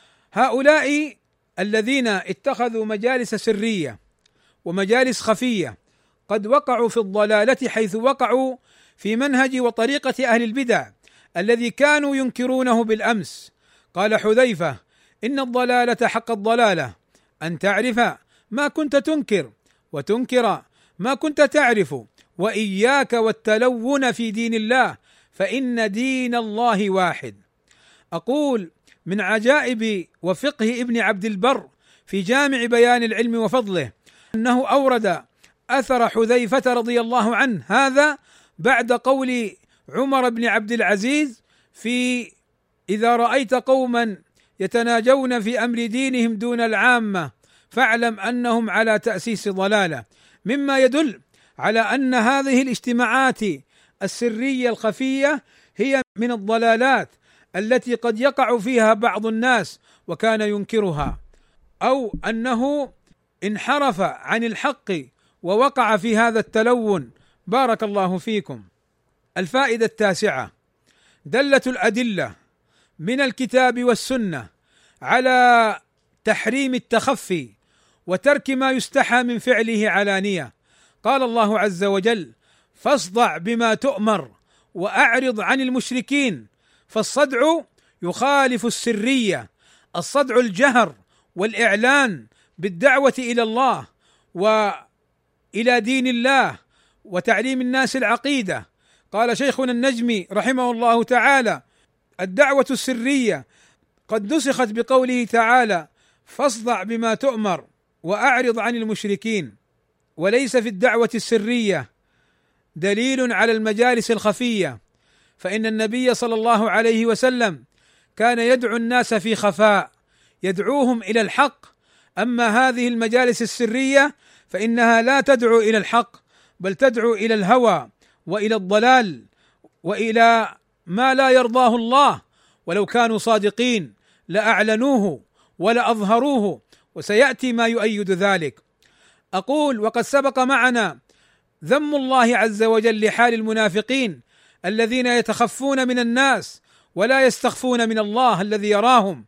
هؤلاء الذين اتخذوا مجالس سرية ومجالس خفية قد وقعوا في الضلالة، حيث وقعوا في منهج وطريقة أهل البدع الذي كانوا ينكرونه بالأمس. قال حذيفة: إن الضلالة حق الضلالة أن تعرف ما كنت تنكر، وتنكر ما كنت تعرف، وإياك والتلون في دين الله فإن دين الله واحد. أقول من عجائب وفقه ابن عبد البر في جامع بيان العلم وفضله أنه أورد أثر حذيفة رضي الله عنه هذا بعد قول عمر بن عبد العزيز في: إذا رأيت قوما يتناجون في أمر دينهم دون العامة فاعلم أنهم على تأسيس ضلالة، مما يدل على أن هذه الاجتماعات السرية الخفية هي من الضلالات التي قد يقع فيها بعض الناس وكان ينكرها، أو أنه انحرف عن الحق ووقع في هذا التلون. بارك الله فيكم. الفائدة التاسعة: دلت الأدلة من الكتاب والسنة على تحريم التخفي وترك ما يستحى من فعله علانية. قال الله عز وجل: فاصدع بما تؤمر وأعرض عن المشركين. فالصدع يخالف السرية، الصدع الجهر والإعلان بالدعوة إلى الله وإلى دين الله وتعليم الناس العقيدة. قال شيخنا النجمي رحمه الله تعالى: الدعوة السرية قد نسخت بقوله تعالى: فاصدع بما تؤمر وأعرض عن المشركين، وليس في الدعوة السرية دليل على المجالس الخفية، فإن النبي صلى الله عليه وسلم كان يدعو الناس في خفاء، يدعوهم إلى الحق. أما هذه المجالس السرية فإنها لا تدعو إلى الحق، بل تدعو إلى الهوى وإلى الضلال وإلى ما لا يرضاه الله، ولو كانوا صادقين لأعلنوه ولأظهروه، وسيأتي ما يؤيد ذلك. أقول: وقد سبق معنا ذم الله عز وجل لحال المنافقين الذين يتخفون من الناس ولا يستخفون من الله الذي يراهم،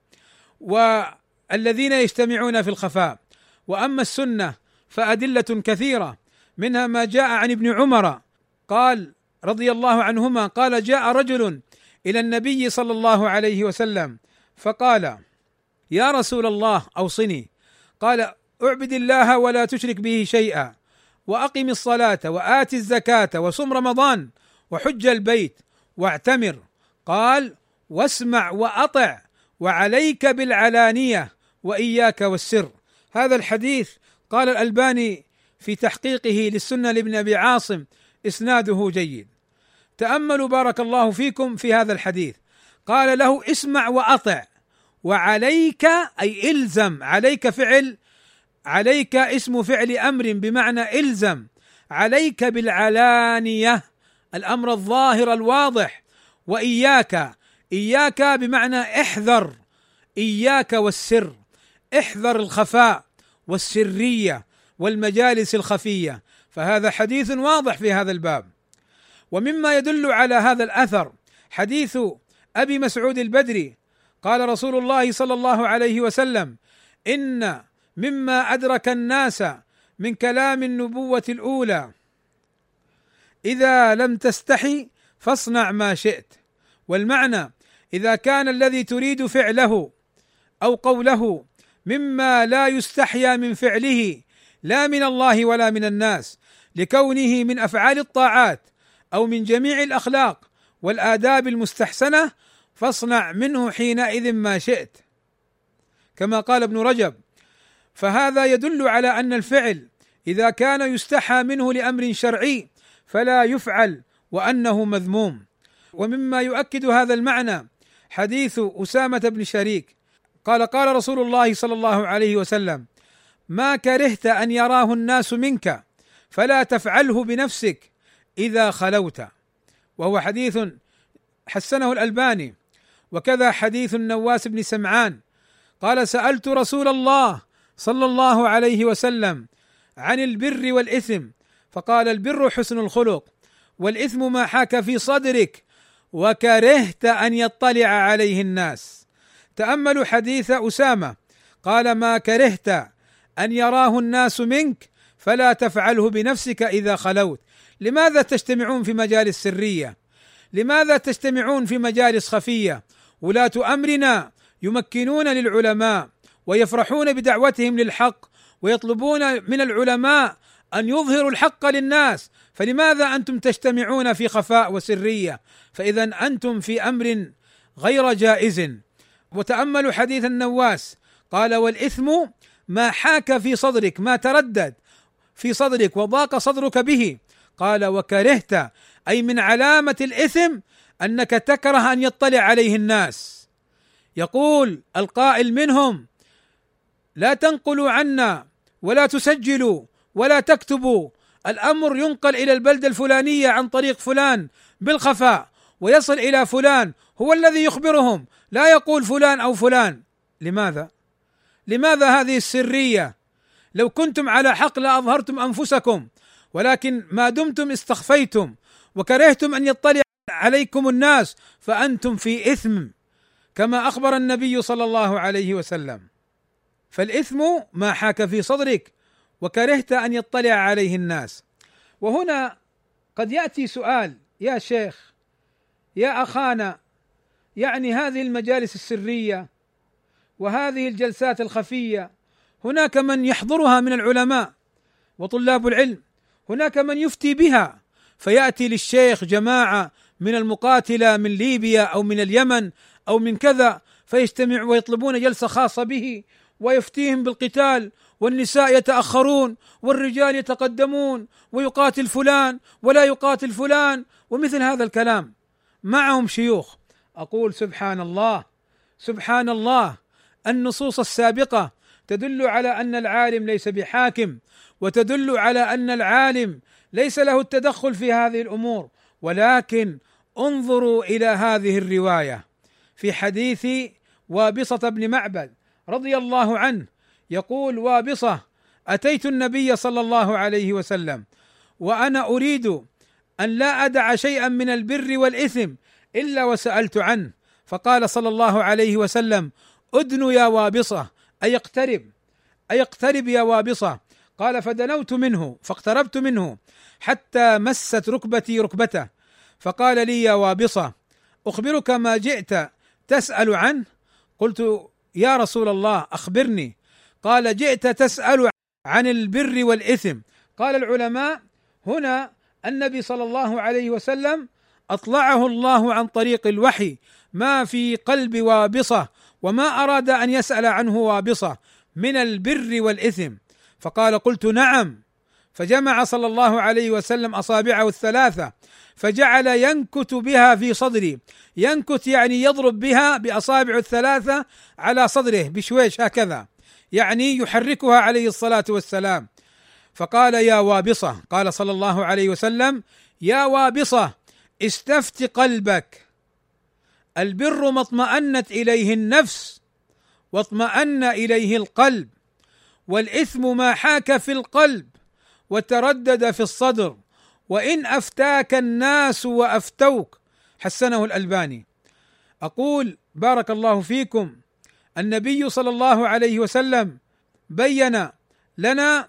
والذين يجتمعون في الخفاء. وأما السنة فأدلة كثيرة، منها ما جاء عن ابن عمر قال رضي الله عنهما قال: جاء رجل إلى النبي صلى الله عليه وسلم فقال: يا رسول الله أوصني. قال: اعبد الله ولا تشرك به شيئا، وأقم الصلاة وآت الزكاة وصم رمضان وحج البيت واعتمر. قال: واسمع وأطع، وعليك بالعلانية وإياك والسر. هذا الحديث قال الألباني في تحقيقه للسنة لابن أبي عاصم إسناده جيد. تأملوا بارك الله فيكم في هذا الحديث، قال له اسمع وأطع، وعليك أي إلزم، عليك فعل، عليك اسم فعل أمر بمعنى إلزم، عليك بالعلانية الأمر الظاهر الواضح، وإياك، إياك بمعنى احذر، إياك والسر، احذر الخفاء والسرية والمجالس الخفية. فهذا حديث واضح في هذا الباب. ومما يدل على هذا الأثر حديث أبي مسعود البدري قال رسول الله صلى الله عليه وسلم: إن مما أدرك الناس من كلام النبوة الأولى إذا لم تستحي فاصنع ما شئت. والمعنى إذا كان الذي تريد فعله أو قوله مما لا يستحيا من فعله لا من الله ولا من الناس، لكونه من أفعال الطاعات أو من جميع الأخلاق والآداب المستحسنة، فاصنع منه حينئذ ما شئت، كما قال ابن رجب. فهذا يدل على أن الفعل إذا كان يستحى منه لأمر شرعي فلا يفعل وأنه مذموم. ومما يؤكد هذا المعنى حديث أسامة بن شريك قال: قال رسول الله صلى الله عليه وسلم: ما كرهت أن يراه الناس منك فلا تفعله بنفسك إذا خلوت. وهو حديث حسنه الألباني. وكذا حديث النواس بن سمعان قال: سألت رسول الله صلى الله عليه وسلم عن البر والإثم، فقال: البر حسن الخلق، والإثم ما حاك في صدرك وكرهت أن يطلع عليه الناس. تأملوا حديث أسامة، قال: ما كرهت أن يراه الناس منك فلا تفعله بنفسك إذا خلوت. لماذا تجتمعون في مجالس سرية؟ لماذا تجتمعون في مجالس خفية؟ ولاة أمرنا يمكنون للعلماء ويفرحون بدعوتهم للحق ويطلبون من العلماء أن يظهروا الحق للناس، فلماذا أنتم تجتمعون في خفاء وسرية؟ فإذا أنتم في أمر غير جائز. وتأملوا حديث النواس، قال: والإثم ما حاك في صدرك، ما تردد في صدرك وضاق صدرك به. قال: وكرهت، أي من علامة الإثم أنك تكره أن يطلع عليه الناس. يقول القائل منهم: لا تنقلوا عنا ولا تسجلوا ولا تكتبوا، الأمر ينقل إلى البلدة الفلانية عن طريق فلان بالخفاء ويصل إلى فلان هو الذي يخبرهم، لا يقول فلان أو فلان. لماذا؟ لماذا هذه السرية؟ لو كنتم على حق لأظهرتم أنفسكم، ولكن ما دمتم استخفيتم وكرهتم أن يطلع عليكم الناس فأنتم في إثم، كما أخبر النبي صلى الله عليه وسلم. فالإثم ما حاك في صدرك وكرهت أن يطلع عليه الناس. وهنا قد يأتي سؤال: يا شيخ، يا أخانا، يعني هذه المجالس السرية وهذه الجلسات الخفية هناك من يحضرها من العلماء وطلاب العلم، هناك من يفتي بها، فيأتي للشيخ جماعة من المقاتلة من ليبيا أو من اليمن أو من كذا، فيجتمع ويطلبون جلسة خاصة به ويفتيهم بالقتال، والنساء يتأخرون والرجال يتقدمون، ويقاتل فلان ولا يقاتل فلان، ومثل هذا الكلام. معهم شيوخ. أقول سبحان الله، سبحان الله، النصوص السابقة تدل على أن العالم ليس بحاكم، وتدل على أن العالم ليس له التدخل في هذه الأمور. ولكن انظروا إلى هذه الرواية في حديث وابصة بن معبد رضي الله عنه، يقول وابصة: أتيت النبي صلى الله عليه وسلم وأنا أريد أن لا أدع شيئا من البر والإثم إلا وسألت عنه، فقال صلى الله عليه وسلم: أدن يا وابصة، أي اقترب، أي اقترب يا وابصة. قال: فدنوت منه فاقتربت منه حتى مست ركبتي ركبته، فقال لي: يا وابصة، أخبرك ما جئت تسأل عنه؟ قلت: يا رسول الله أخبرني. قال: جئت تسأل عن البر والإثم. قال العلماء: هنا النبي صلى الله عليه وسلم أطلعه الله عن طريق الوحي ما في قلب وابصة، وما أراد أن يسأل عنه وابصة من البر والإثم، فقال: قلت نعم. فجمع صلى الله عليه وسلم أصابعه الثلاثة فجعل ينكت بها في صدري، ينكت يعني يضرب بها بأصابعه الثلاثة على صدره بشويش هكذا، يعني يحركها عليه الصلاة والسلام. فقال: يا وابصة، قال صلى الله عليه وسلم: يا وابصة استفت قلبك، البر ما اطمأنت إليه النفس واطمأن إليه القلب، والإثم ما حاك في القلب وتردد في الصدر، وإن أفتاك الناس وأفتوك. حسنه الألباني. أقول بارك الله فيكم، النبي صلى الله عليه وسلم بين لنا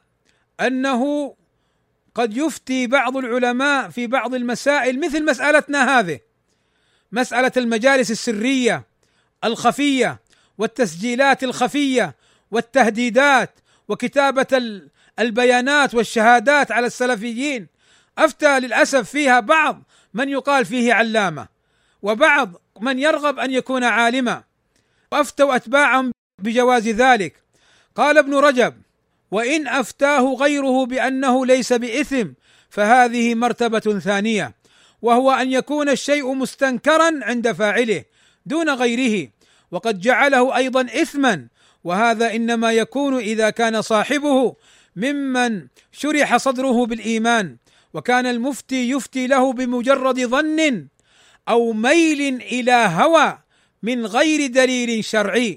أنه قد يفتي بعض العلماء في بعض المسائل مثل مسألتنا هذه، مسألة المجالس السرية الخفية والتسجيلات الخفية والتهديدات وكتابة البيانات والشهادات على السلفيين. أفتى للأسف فيها بعض من يقال فيه علامة، وبعض من يرغب أن يكون عالما، وأفتوا أتباعهم بجواز ذلك. قال ابن رجب: وإن أفتاه غيره بأنه ليس بإثم فهذه مرتبة ثانية، وهو أن يكون الشيء مستنكرا عند فاعله دون غيره، وقد جعله أيضا إثما، وهذا إنما يكون إذا كان صاحبه ممن شرح صدره بالإيمان، وكان المفتي يفتي له بمجرد ظن أو ميل إلى هوى من غير دليل شرعي.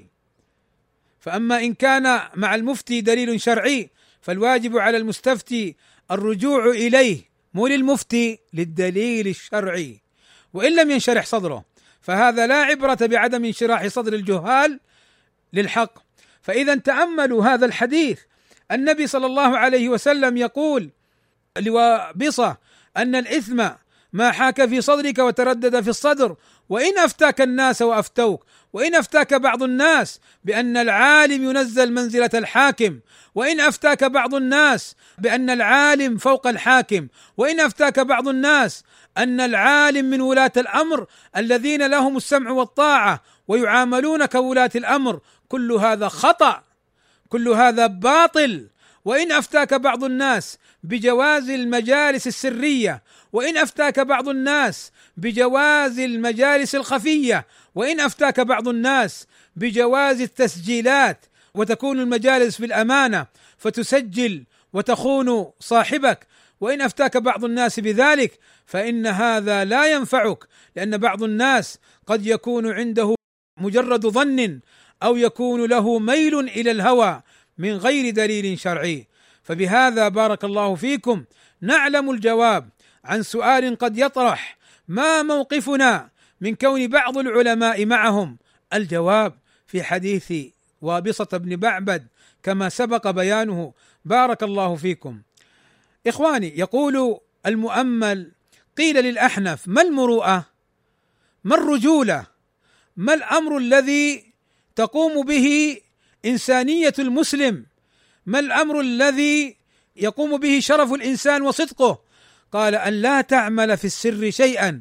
فأما إن كان مع المفتي دليل شرعي فالواجب على المستفتي الرجوع إليه، مو للمفتي، للدليل الشرعي، وإن لم ينشرح صدره، فهذا لا عبرة بعدم انشراح صدر الجهال للحق. فإذا تأملوا هذا الحديث، النبي صلى الله عليه وسلم يقول لوابصة أن الإثم ما حاك في صدرك وتردد في الصدر، وإن أفتاك الناس وأفتوك، وإن أفتاك بعض الناس بأن العالم ينزل منزلة الحاكم، وإن أفتاك بعض الناس بأن العالم فوق الحاكم، وإن أفتاك بعض الناس أن العالم من ولاة الأمر الذين لهم السمع والطاعة ويعاملون كولاة الأمر، كل هذا خطأ، كل هذا باطل. وإن أفتاك بعض الناس بجواز المجالس السرية، وإن أفتاك بعض الناس بجواز المجالس الخفية، وإن أفتاك بعض الناس بجواز التسجيلات وتكون المجالس بالأمانة فتسجل وتخون صاحبك، وإن أفتاك بعض الناس بذلك فإن هذا لا ينفعك، لأن بعض الناس قد يكون عنده مجرد ظن أو يكون له ميل إلى الهوى من غير دليل شرعي. فبهذا بارك الله فيكم نعلم الجواب عن سؤال قد يطرح: ما موقفنا من كون بعض العلماء معهم؟ الجواب في حديث وابصة بن بعبد كما سبق بيانه. بارك الله فيكم. إخواني، يقول المؤمل: قيل للأحنف: ما المروءة؟ ما الرجولة؟ ما الأمر الذي تقوم به إنسانية المسلم؟ ما الأمر الذي يقوم به شرف الإنسان وصدقه؟ قال: أن لا تعمل في السر شيئا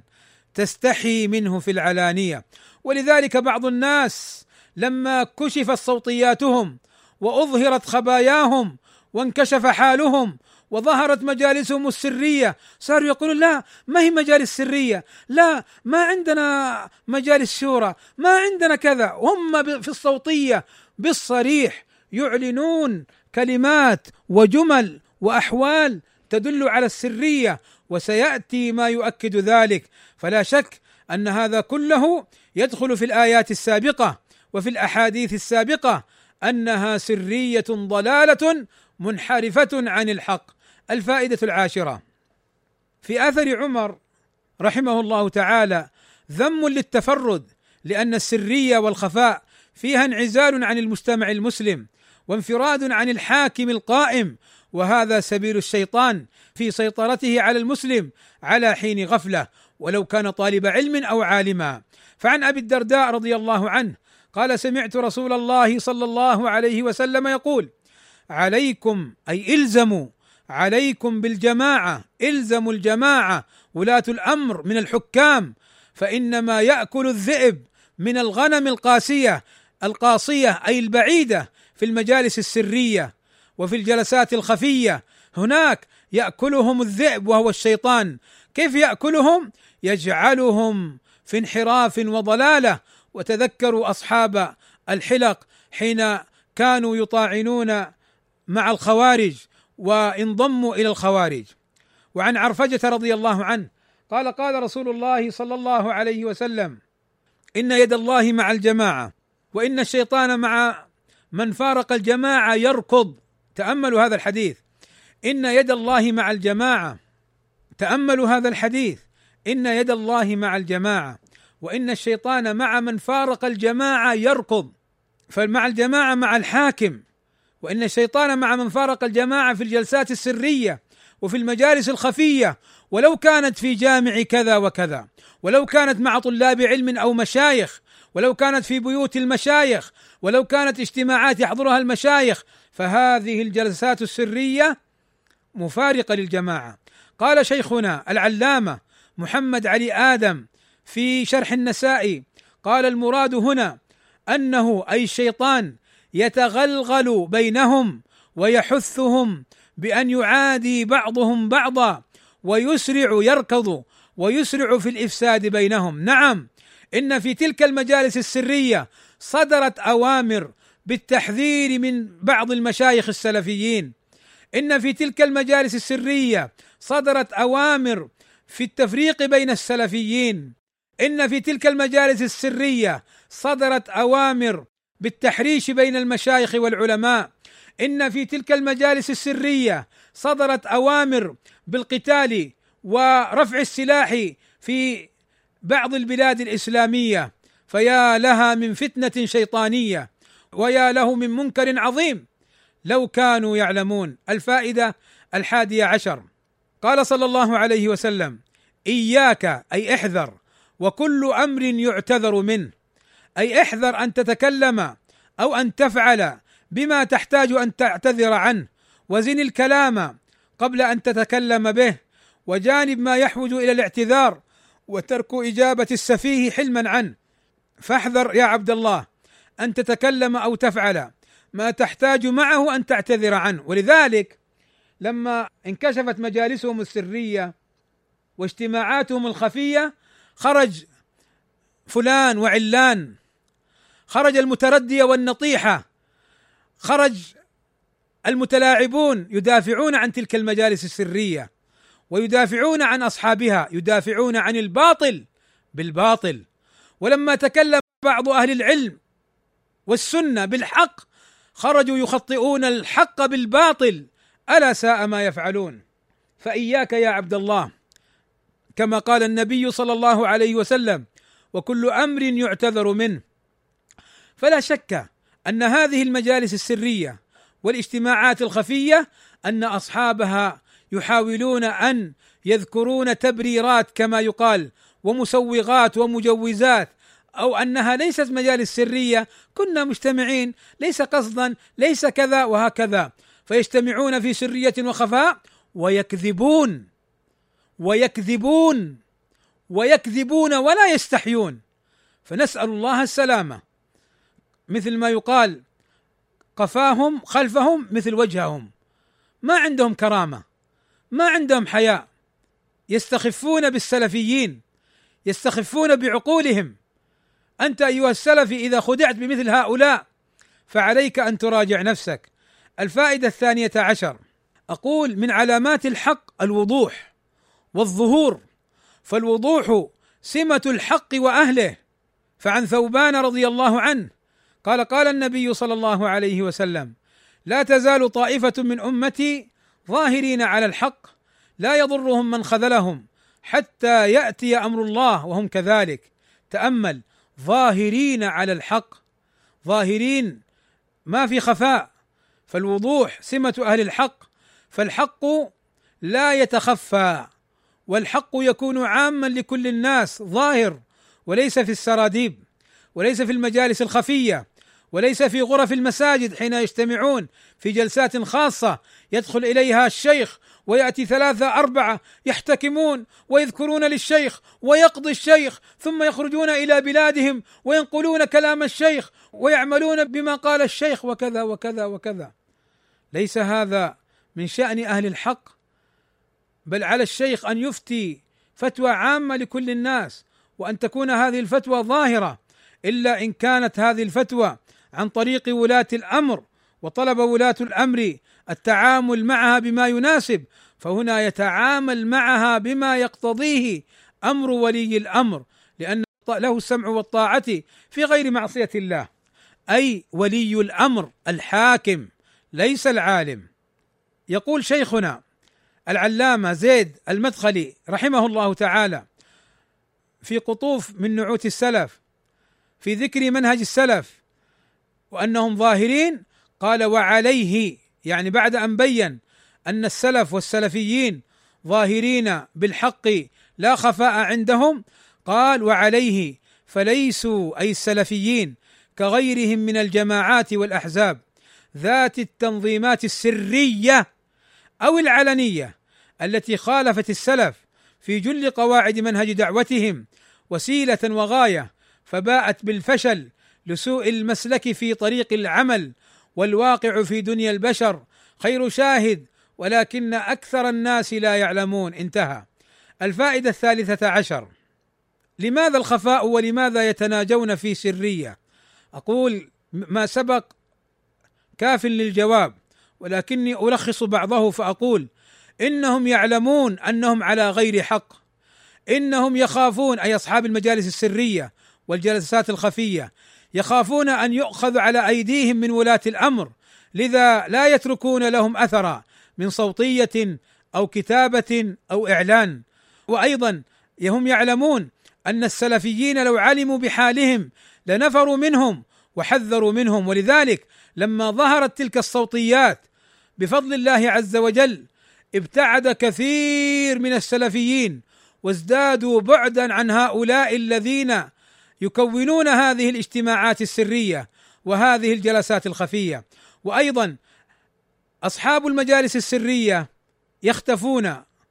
تستحي منه في العلانية. ولذلك بعض الناس لما كشفت صوتياتهم وأظهرت خباياهم وانكشف حالهم وظهرت مجالسهم السرية صاروا يقولون: لا، ما هي مجالس سرية، لا، ما عندنا مجالس شورى، ما عندنا كذا. هم في الصوتية بالصريح يعلنون كلمات وجمل وأحوال تدل على السرية، وسيأتي ما يؤكد ذلك. فلا شك أن هذا كله يدخل في الآيات السابقة وفي الأحاديث السابقة أنها سرية ضلالة منحرفة عن الحق. الفائدة العاشرة: في آثر عمر رحمه الله تعالى ذم للتفرد، لأن السرية والخفاء فيها انعزال عن المجتمع المسلم وانفراد عن الحاكم القائم، وهذا سبيل الشيطان في سيطرته على المسلم على حين غفلة ولو كان طالب علم أو عالما. فعن أبي الدرداء رضي الله عنه قال: سمعت رسول الله صلى الله عليه وسلم يقول: عليكم، أي إلزموا، عليكم بالجماعة، إلزموا الجماعة ولاة الأمر من الحكام، فإنما يأكل الذئب من الغنم القاسية. القاصية أي البعيدة في المجالس السرية وفي الجلسات الخفية، هناك يأكلهم الذئب وهو الشيطان. كيف يأكلهم؟ يجعلهم في انحراف وضلالة. وتذكروا أصحاب الحلق حين كانوا يطاعنون مع الخوارج وانضموا إلى الخوارج. وعن عرفجة رضي الله عنه قال: قال رسول الله صلى الله عليه وسلم: إن يد الله مع الجماعة وإن الشيطان مع من فارق الجماعة يركض. تأملوا هذا الحديث، إن يد الله مع الجماعة. تأملوا هذا الحديث، إن يد الله مع الجماعة وإن الشيطان مع من فارق الجماعة يركض. فمع الجماعة مع الحاكم، وإن الشيطان مع من فارق الجماعة في الجلسات السرية وفي المجالس الخفية، ولو كانت في جامع كذا وكذا، ولو كانت مع طلاب علم أو مشايخ، ولو كانت في بيوت المشايخ، ولو كانت اجتماعات يحضرها المشايخ، فهذه الجلسات السرية مفارقة للجماعة. قال شيخنا العلامة محمد علي آدم في شرح النسائي، قال: المراد هنا أنه أي الشيطان يتغلغل بينهم ويحثهم بأن يعادي بعضهم بعضا ويسرع يركض ويسرع في الإفساد بينهم. نعم، إن في تلك المجالس السرية صدرت أوامر بالتحذير من بعض المشايخ السلفيين، إن في تلك المجالس السرية صدرت أوامر في التفريق بين السلفيين، إن في تلك المجالس السرية صدرت أوامر بالتحريش بين المشايخ والعلماء، إن في تلك المجالس السرية صدرت أوامر بالقتال ورفع السلاح في بعض البلاد الإسلامية. فيا لها من فتنة شيطانية ويا له من منكر عظيم لو كانوا يعلمون. الفائدة 11، قال صلى الله عليه وسلم: إياك أي احذر وكل أمر يعتذر منه، أي احذر أن تتكلم أو أن تفعل بما تحتاج أن تعتذر عنه، وزن الكلام قبل أن تتكلم به، وجانب ما يحوج إلى الاعتذار، وترك إجابة السفيه حلما عنه. فاحذر يا عبد الله أن تتكلم أو تفعل ما تحتاج معه أن تعتذر عنه. ولذلك لما انكشفت مجالسهم السرية واجتماعاتهم الخفية، خرج فلان وعلان، خرج المتردية والنطيحة، خرج المتلاعبون يدافعون عن تلك المجالس السرية ويدافعون عن أصحابها، يدافعون عن الباطل بالباطل. ولما تكلم بعض أهل العلم والسنة بالحق، خرجوا يخطئون الحق بالباطل. ألا ساء ما يفعلون. فإياك يا عبد الله، كما قال النبي صلى الله عليه وسلم: وكل أمر يعتذر منه. فلا شك أن هذه المجالس السرية والاجتماعات الخفية أن أصحابها يحاولون أن يذكرون تبريرات كما يقال ومسوغات ومجوزات، أو أنها ليست مجالس سرية، كنا مجتمعين ليس قصدا ليس كذا وهكذا، فيجتمعون في سرية وخفاء ويكذبون ويكذبون ويكذبون ولا يستحيون. فنسأل الله السلامة. مثل ما يقال: قفاهم خلفهم مثل وجههم، ما عندهم كرامة، ما عندهم حياء، يستخفون بالسلفيين، يستخفون بعقولهم. أنت أيها السلفي إذا خدعت بمثل هؤلاء فعليك أن تراجع نفسك. الفائدة 12، أقول: من علامات الحق الوضوح والظهور، فالوضوح سمة الحق وأهله. فعن ثوبان رضي الله عنه قال: قال النبي صلى الله عليه وسلم: لا تزال طائفة من أمتي ظاهرين على الحق لا يضرهم من خذلهم حتى يأتي أمر الله وهم كذلك. تأمل: ظاهرين على الحق، ظاهرين ما في خفاء، فالوضوح سمة أهل الحق، فالحق لا يتخفى، والحق يكون عاما لكل الناس ظاهر، وليس في السراديب، وليس في المجالس الخفية، وليس في غرف المساجد حين يجتمعون في جلسات خاصة يدخل إليها الشيخ ويأتي 3 4 يحتكمون ويذكرون للشيخ ويقضي الشيخ، ثم يخرجون إلى بلادهم وينقلون كلام الشيخ ويعملون بما قال الشيخ وكذا وكذا وكذا. ليس هذا من شأن أهل الحق، بل على الشيخ أن يفتي فتوى عامة لكل الناس، وأن تكون هذه الفتوى ظاهرة، إلا إن كانت هذه الفتوى عن طريق ولاة الأمر، وطلب ولاة الأمر التعامل معها بما يناسب، فهنا يتعامل معها بما يقتضيه أمر ولي الأمر، لأن له السمع والطاعة في غير معصية الله، أي ولي الأمر الحاكم ليس العالم. يقول شيخنا العلامة زيد المدخلي رحمه الله تعالى في قطوف من نعوت السلف في ذكر منهج السلف وأنهم ظاهرين، قال: وعليه، يعني بعد أن بين أن السلف والسلفيين ظاهرين بالحق لا خفاء عندهم، قال: وعليه فليسوا أي السلفيين كغيرهم من الجماعات والأحزاب ذات التنظيمات السرية أو العلنية التي خالفت السلف في جل قواعد منهج دعوتهم وسيلة وغاية، فباءت بالفشل لسوء المسلك في طريق العمل، والواقع في دنيا البشر خير شاهد ولكن أكثر الناس لا يعلمون. انتهى. الفائدة 13: لماذا الخفاء ولماذا يتناجون في سرية؟ أقول ما سبق كاف للجواب، ولكني ألخص بعضه فأقول: إنهم يعلمون أنهم على غير حق، إنهم يخافون، أي أصحاب المجالس السرية والجلسات الخفية، يخافون أن يؤخذ على أيديهم من ولاة الأمر، لذا لا يتركون لهم أثرا من صوتية أو كتابة أو إعلان. وأيضا هم يعلمون أن السلفيين لو علموا بحالهم لنفروا منهم وحذروا منهم، ولذلك لما ظهرت تلك الصوتيات بفضل الله عز وجل ابتعد كثير من السلفيين وازدادوا بعدا عن هؤلاء الذين يكونون هذه الاجتماعات السرية وهذه الجلسات الخفية. وأيضا أصحاب المجالس السرية يختفون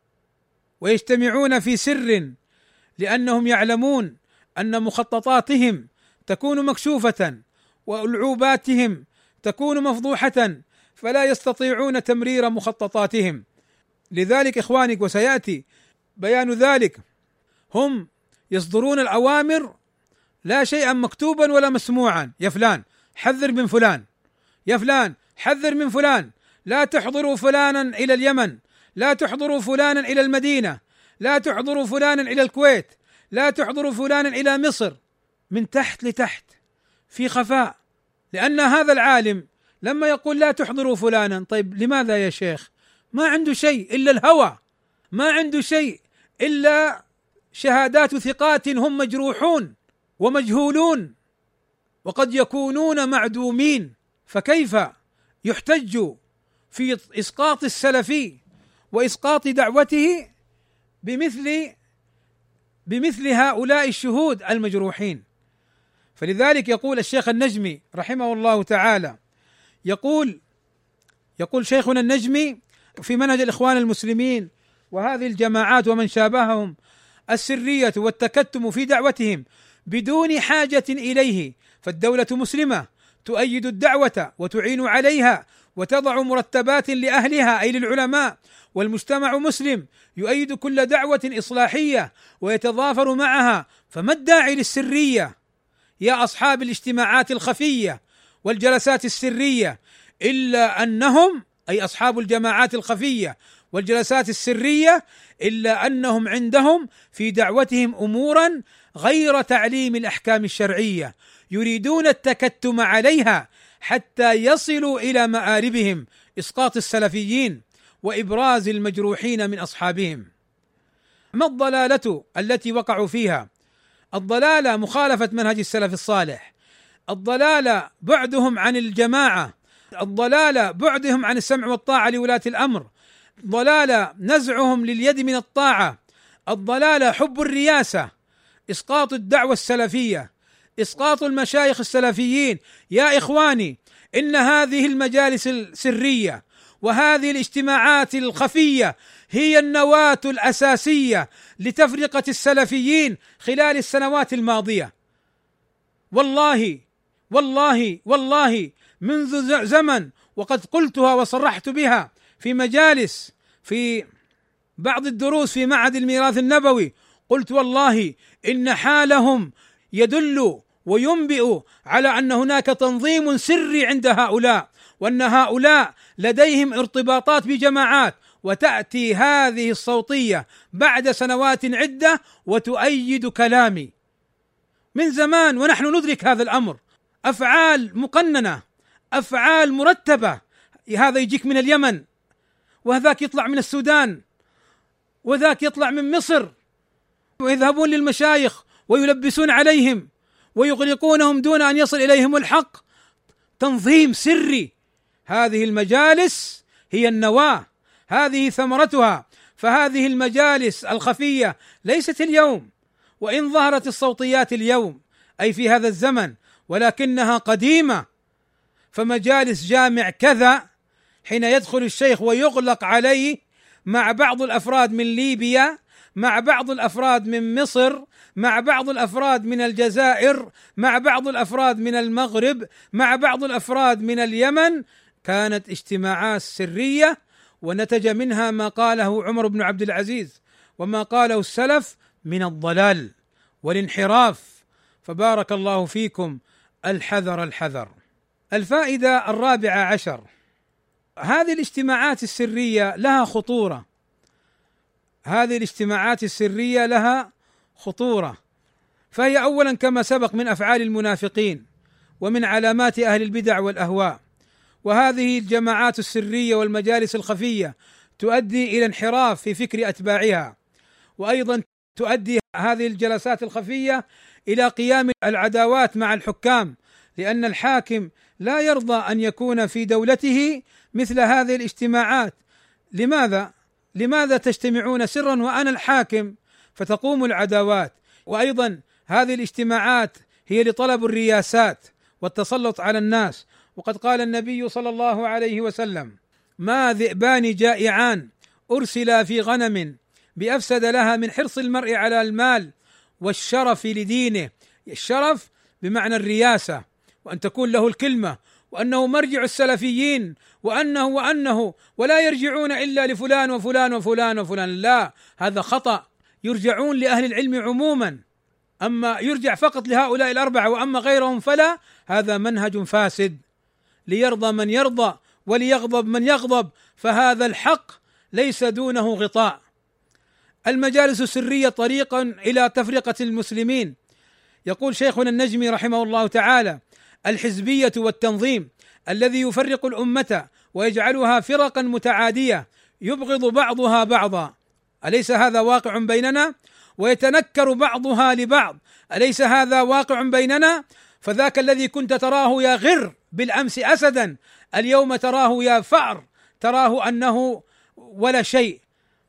ويجتمعون في سر، لأنهم يعلمون أن مخططاتهم تكون مكشوفة وألعوباتهم تكون مفضوحة، فلا يستطيعون تمرير مخططاتهم. لذلك إخواني، وسيأتي بيان ذلك، هم يصدرون الأوامر لا شيئا مكتوبا ولا مسموعا: يا فلان حذر من فلان، يا فلان حذر من فلان، لا تحضروا فلانا إلى اليمن، لا تحضروا فلانا إلى المدينة، لا تحضروا فلانا إلى الكويت، لا تحضروا فلانا إلى مصر، من تحت لتحت في خفاء. لأن هذا العالم لما يقول لا تحضروا فلانا، طيب لماذا يا شيخ؟ ما عنده شيء إلا الهوى، ما عنده شيء إلا شهادات ثقات هم مجروحون ومجهولون وقد يكونون معدومين، فكيف يحتج في إسقاط السلفي وإسقاط دعوته بمثل هؤلاء الشهود المجروحين؟ فلذلك يقول الشيخ النجمي رحمه الله تعالى، يقول شيخنا النجمي في منهج الإخوان المسلمين وهذه الجماعات ومن شابههم: السرية والتكتم في دعوتهم بدون حاجة إليه، فالدولة مسلمة تؤيد الدعوة وتعين عليها وتضع مرتبات لأهلها أي للعلماء، والمجتمع مسلم يؤيد كل دعوة إصلاحية ويتضافر معها، فما الداعي للسرية يا أصحاب الاجتماعات الخفية والجلسات السرية، إلا أنهم، أي أصحاب الجماعات الخفية والجلسات السرية، إلا أنهم عندهم في دعوتهم أمورا غير تعليم الأحكام الشرعية، يريدون التكتم عليها حتى يصلوا إلى مآربهم: إسقاط السلفيين وإبراز المجروحين من أصحابهم. ما الضلالة التي وقعوا فيها؟ الضلالة مخالفة منهج السلف الصالح، الضلالة بعدهم عن الجماعة، الضلالة بعدهم عن السمع والطاعة لولاة الأمر، الضلالة نزعهم لليد من الطاعة، الضلالة حب الرياسة، إسقاط الدعوة السلفية، إسقاط المشايخ السلفيين. يا إخواني، إن هذه المجالس السرية وهذه الاجتماعات الخفية هي النواة الأساسية لتفرقة السلفيين خلال السنوات الماضية. والله والله والله منذ زمن، وقد قلتها وصرحت بها في مجالس، في بعض الدروس في معهد الميراث النبوي، قلت والله إن حالهم يدل وينبئ على أن هناك تنظيم سري عند هؤلاء، وأن هؤلاء لديهم ارتباطات بجماعات، وتأتي هذه الصوتية بعد سنوات عدة وتؤيد كلامي من زمان ونحن ندرك هذا الأمر. أفعال مقننة، أفعال مرتبة، هذا يجيك من اليمن، وهذاك يطلع من السودان، وذاك يطلع من مصر، ويذهبون للمشايخ ويلبسون عليهم ويغرقونهم دون أن يصل إليهم الحق. تنظيم سري. هذه المجالس هي النواة، هذه ثمرتها. فهذه المجالس الخفية ليست اليوم، وإن ظهرت الصوتيات اليوم أي في هذا الزمن، ولكنها قديمة. فمجالس جامع كذا حين يدخل الشيخ ويغلق عليه مع بعض الأفراد من ليبيا، مع بعض الأفراد من مصر، مع بعض الأفراد من الجزائر، مع بعض الأفراد من المغرب، مع بعض الأفراد من اليمن، كانت اجتماعات سرية، ونتج منها ما قاله عمر بن عبد العزيز وما قاله السلف من الضلال والانحراف. فبارك الله فيكم. الحذر الحذر. الفائدة 14، هذه الاجتماعات السرية لها خطورة. هذه الاجتماعات السرية لها خطورة، فهي أولا كما سبق من أفعال المنافقين ومن علامات أهل البدع والأهواء. وهذه الجماعات السرية والمجالس الخفية تؤدي إلى انحراف في فكر أتباعها، وأيضا تؤدي هذه الجلسات الخفية إلى قيام العداوات مع الحكام، لأن الحاكم لا يرضى أن يكون في دولته مثل هذه الاجتماعات. لماذا تجتمعون سرا وأنا الحاكم؟ فتقوم العداوات. وأيضا هذه الاجتماعات هي لطلب الرياسات والتسلط على الناس، وقد قال النبي صلى الله عليه وسلم: ما ذئبان جائعان أرسلا في غنم بأفسد لها من حرص المرء على المال والشرف لدينه. الشرف بمعنى الرياسة، وأن تكون له الكلمة، وأنه مرجع السلفيين، وأنه ولا يرجعون إلا لفلان وفلان وفلان وفلان. لا، هذا خطأ. يرجعون لأهل العلم عموما، أما يرجع فقط لهؤلاء الأربعة وأما غيرهم فلا، هذا منهج فاسد. ليرضى من يرضى وليغضب من يغضب، فهذا الحق ليس دونه غطاء. المجالس السرية طريق إلى تفرقة المسلمين. يقول شيخنا النجمي رحمه الله تعالى: الحزبية والتنظيم الذي يفرق الأمة ويجعلها فرقا متعادية يبغض بعضها بعضا، أليس هذا واقع بيننا؟ ويتنكر بعضها لبعض، أليس هذا واقع بيننا؟ فذاك الذي كنت تراه يا غر بالأمس أسدا، اليوم تراه يا فأر، تراه أنه ولا شيء،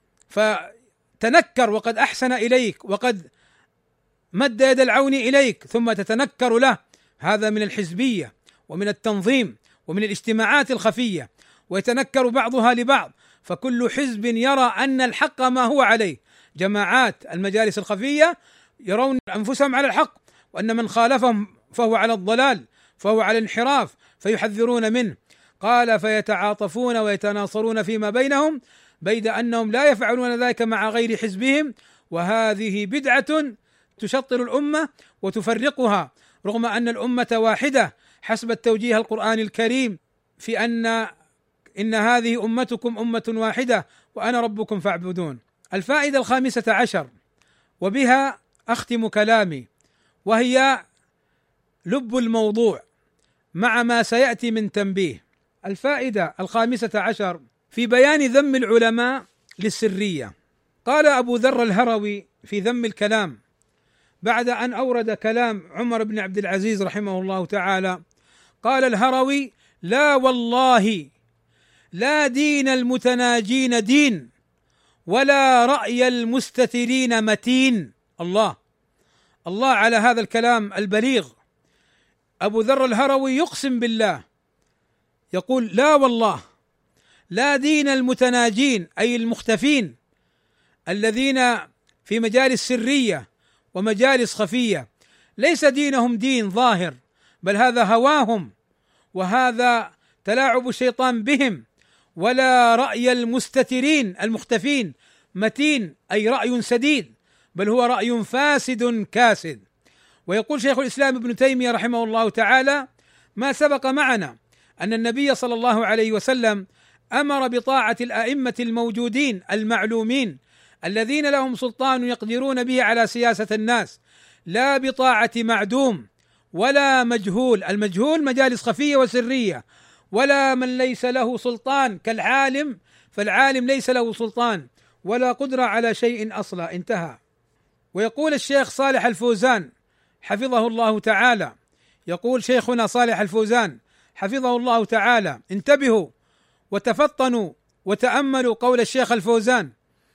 فتنكر وقد أحسن إليك وقد مد يد العون إليك ثم تتنكر له. هذا من الحزبية ومن التنظيم ومن الاجتماعات الخفية، ويتنكر بعضها لبعض، فكل حزب يرى أن الحق ما هو عليه. جماعات المجالس الخفية يرون أنفسهم على الحق، وأن من خالفهم فهو على الضلال، فهو على الانحراف، فيحذرون منه. قال: فيتعاطفون ويتناصرون فيما بينهم بيد أنهم لا يفعلون ذلك مع غير حزبهم، وهذه بدعة تشطر الأمة وتفرقها، رغم أن الأمة واحدة حسب التوجيه القرآني الكريم في إن هذه أمتكم أمة واحدة وأنا ربكم فاعبدون. الفائدة 15، وبها أختم كلامي، وهي لب الموضوع مع ما سيأتي من تنبيه. الفائدة 15 في بيان ذم العلماء للسرية. قال أبو ذر الهروي في ذم الكلام بعد أن أورد كلام عمر بن عبد العزيز رحمه الله تعالى، قال الهروي: لا والله لا دين المتناجين دين، ولا رأي المستترين متين. الله على هذا الكلام البليغ أبو ذر الهروي يقسم بالله يقول: لا والله، لا دين المتناجين أي المختفين الذين في مجالس سرية ومجالس خفية، ليس دينهم دين ظاهر، بل هذا هواهم، وهذا تلاعب الشيطان بهم، ولا رأي المستترين المختفين متين أي رأي سديد، بل هو رأي فاسد كاسد. ويقول شيخ الإسلام ابن تيمية رحمه الله تعالى: ما سبق معنا أن النبي صلى الله عليه وسلم أمر بطاعة الأئمة الموجودين المعلومين الذين لهم سلطان يقدرون به على سياسة الناس، لا بطاعة معدوم ولا مجهول، المجهول مجالس خفية وسرية، ولا من ليس له سلطان كالعالم، فالعالم ليس له سلطان ولا قدرة على شيء أصلا. انتهى. ويقول الشيخ صالح الفوزان حفظه الله تعالى، يقول شيخنا صالح الفوزان حفظه الله تعالى: انتبهوا وتفطنوا وتأملوا قول الشيخ الفوزان،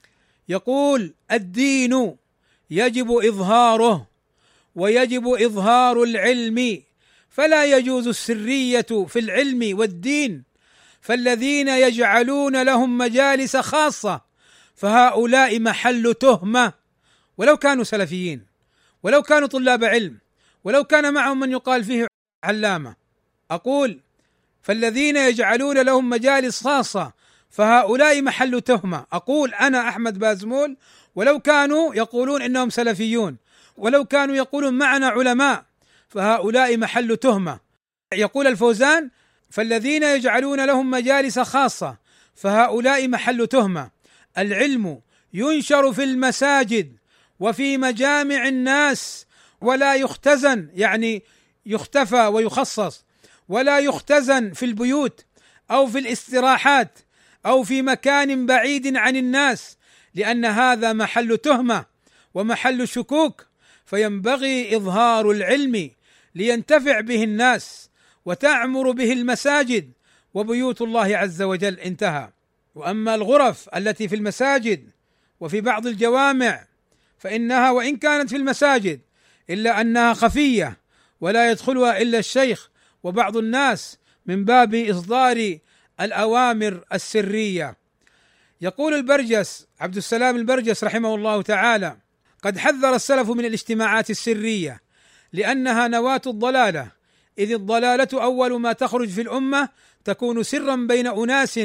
يقول: الدين يجب إظهاره، ويجب إظهار العلم، فلا يجوز السرية في العلم والدين، فالذين يجعلون لهم مجالس خاصة فهؤلاء محل تهمة، ولو كانوا سلفيين، ولو كانوا طلاب علم، ولو كان معهم من يقال فيه علامة. أقول: فالذين يجعلون لهم مجالس خاصة فهؤلاء محل تهمة. أقول أنا أحمد بازمول، ولو كانوا يقولون إنهم سلفيون، ولو كانوا يقولون معنا علماء، فهؤلاء محل تهمة. يقول الفوزان: فالذين يجعلون لهم مجالس خاصة فهؤلاء محل تهمة. العلم ينشر في المساجد وفي مجامع الناس، ولا يختزن، يعني يختفى ويخصص، ولا يختزن في البيوت أو في الاستراحات أو في مكان بعيد عن الناس، لأن هذا محل تهمة ومحل شكوك، فينبغي إظهار العلم لينتفع به الناس وتعمر به المساجد وبيوت الله عز وجل. انتهى. وأما الغرف التي في المساجد وفي بعض الجوامع فإنها وإن كانت في المساجد إلا أنها خفية ولا يدخلها إلا الشيخ وبعض الناس من باب إصدار الأوامر السرية. يقول البرجس عبد السلام البرجس رحمه الله تعالى: قد حذر السلف من الاجتماعات السرية لأنها نواة الضلالة، إذ الضلالة أول ما تخرج في الأمة تكون سرا بين أناس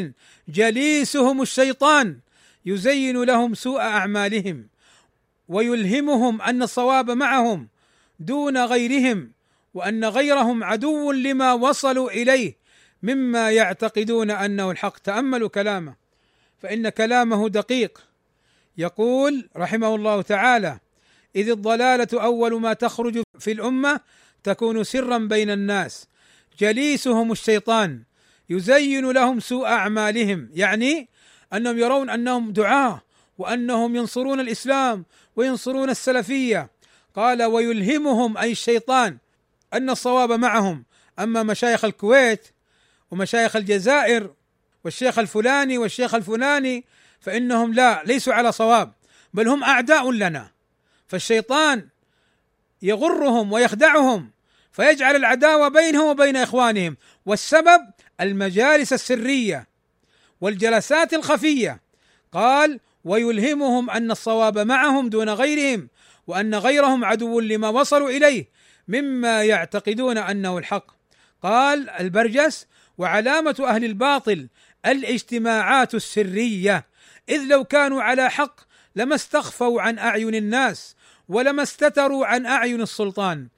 جليسهم الشيطان يزين لهم سوء أعمالهم ويلهمهم أن الصواب معهم دون غيرهم، وأن غيرهم عدو لما وصلوا إليه مما يعتقدون أنه الحق. تأملوا كلامه فإن كلامه دقيق. يقول رحمه الله تعالى: إذ الضلالة أول ما تخرج في الأمة تكون سرا بين الناس جليسهم الشيطان يزين لهم سوء أعمالهم، يعني أنهم يرون أنهم دعاة وأنهم ينصرون الإسلام وينصرون السلفية. قال: ويلهمهم أي الشيطان أن الصواب معهم. أما مشايخ الكويت ومشايخ الجزائر والشيخ الفلاني والشيخ الفلاني فإنهم ليسوا على صواب، بل هم أعداء لنا، فالشيطان يغرهم ويخدعهم فيجعل العداوة بينهم وبين إخوانهم، والسبب المجالس السرية والجلسات الخفية. قال: ويلهمهم أن الصواب معهم دون غيرهم، وأن غيرهم عدو لما وصلوا إليه مما يعتقدون أنه الحق. قال البرجس: وعلامة أهل الباطل الاجتماعات السرية، إذ لو كانوا على حق لما استخفوا عن أعين الناس ولما استتروا عن أعين السلطان،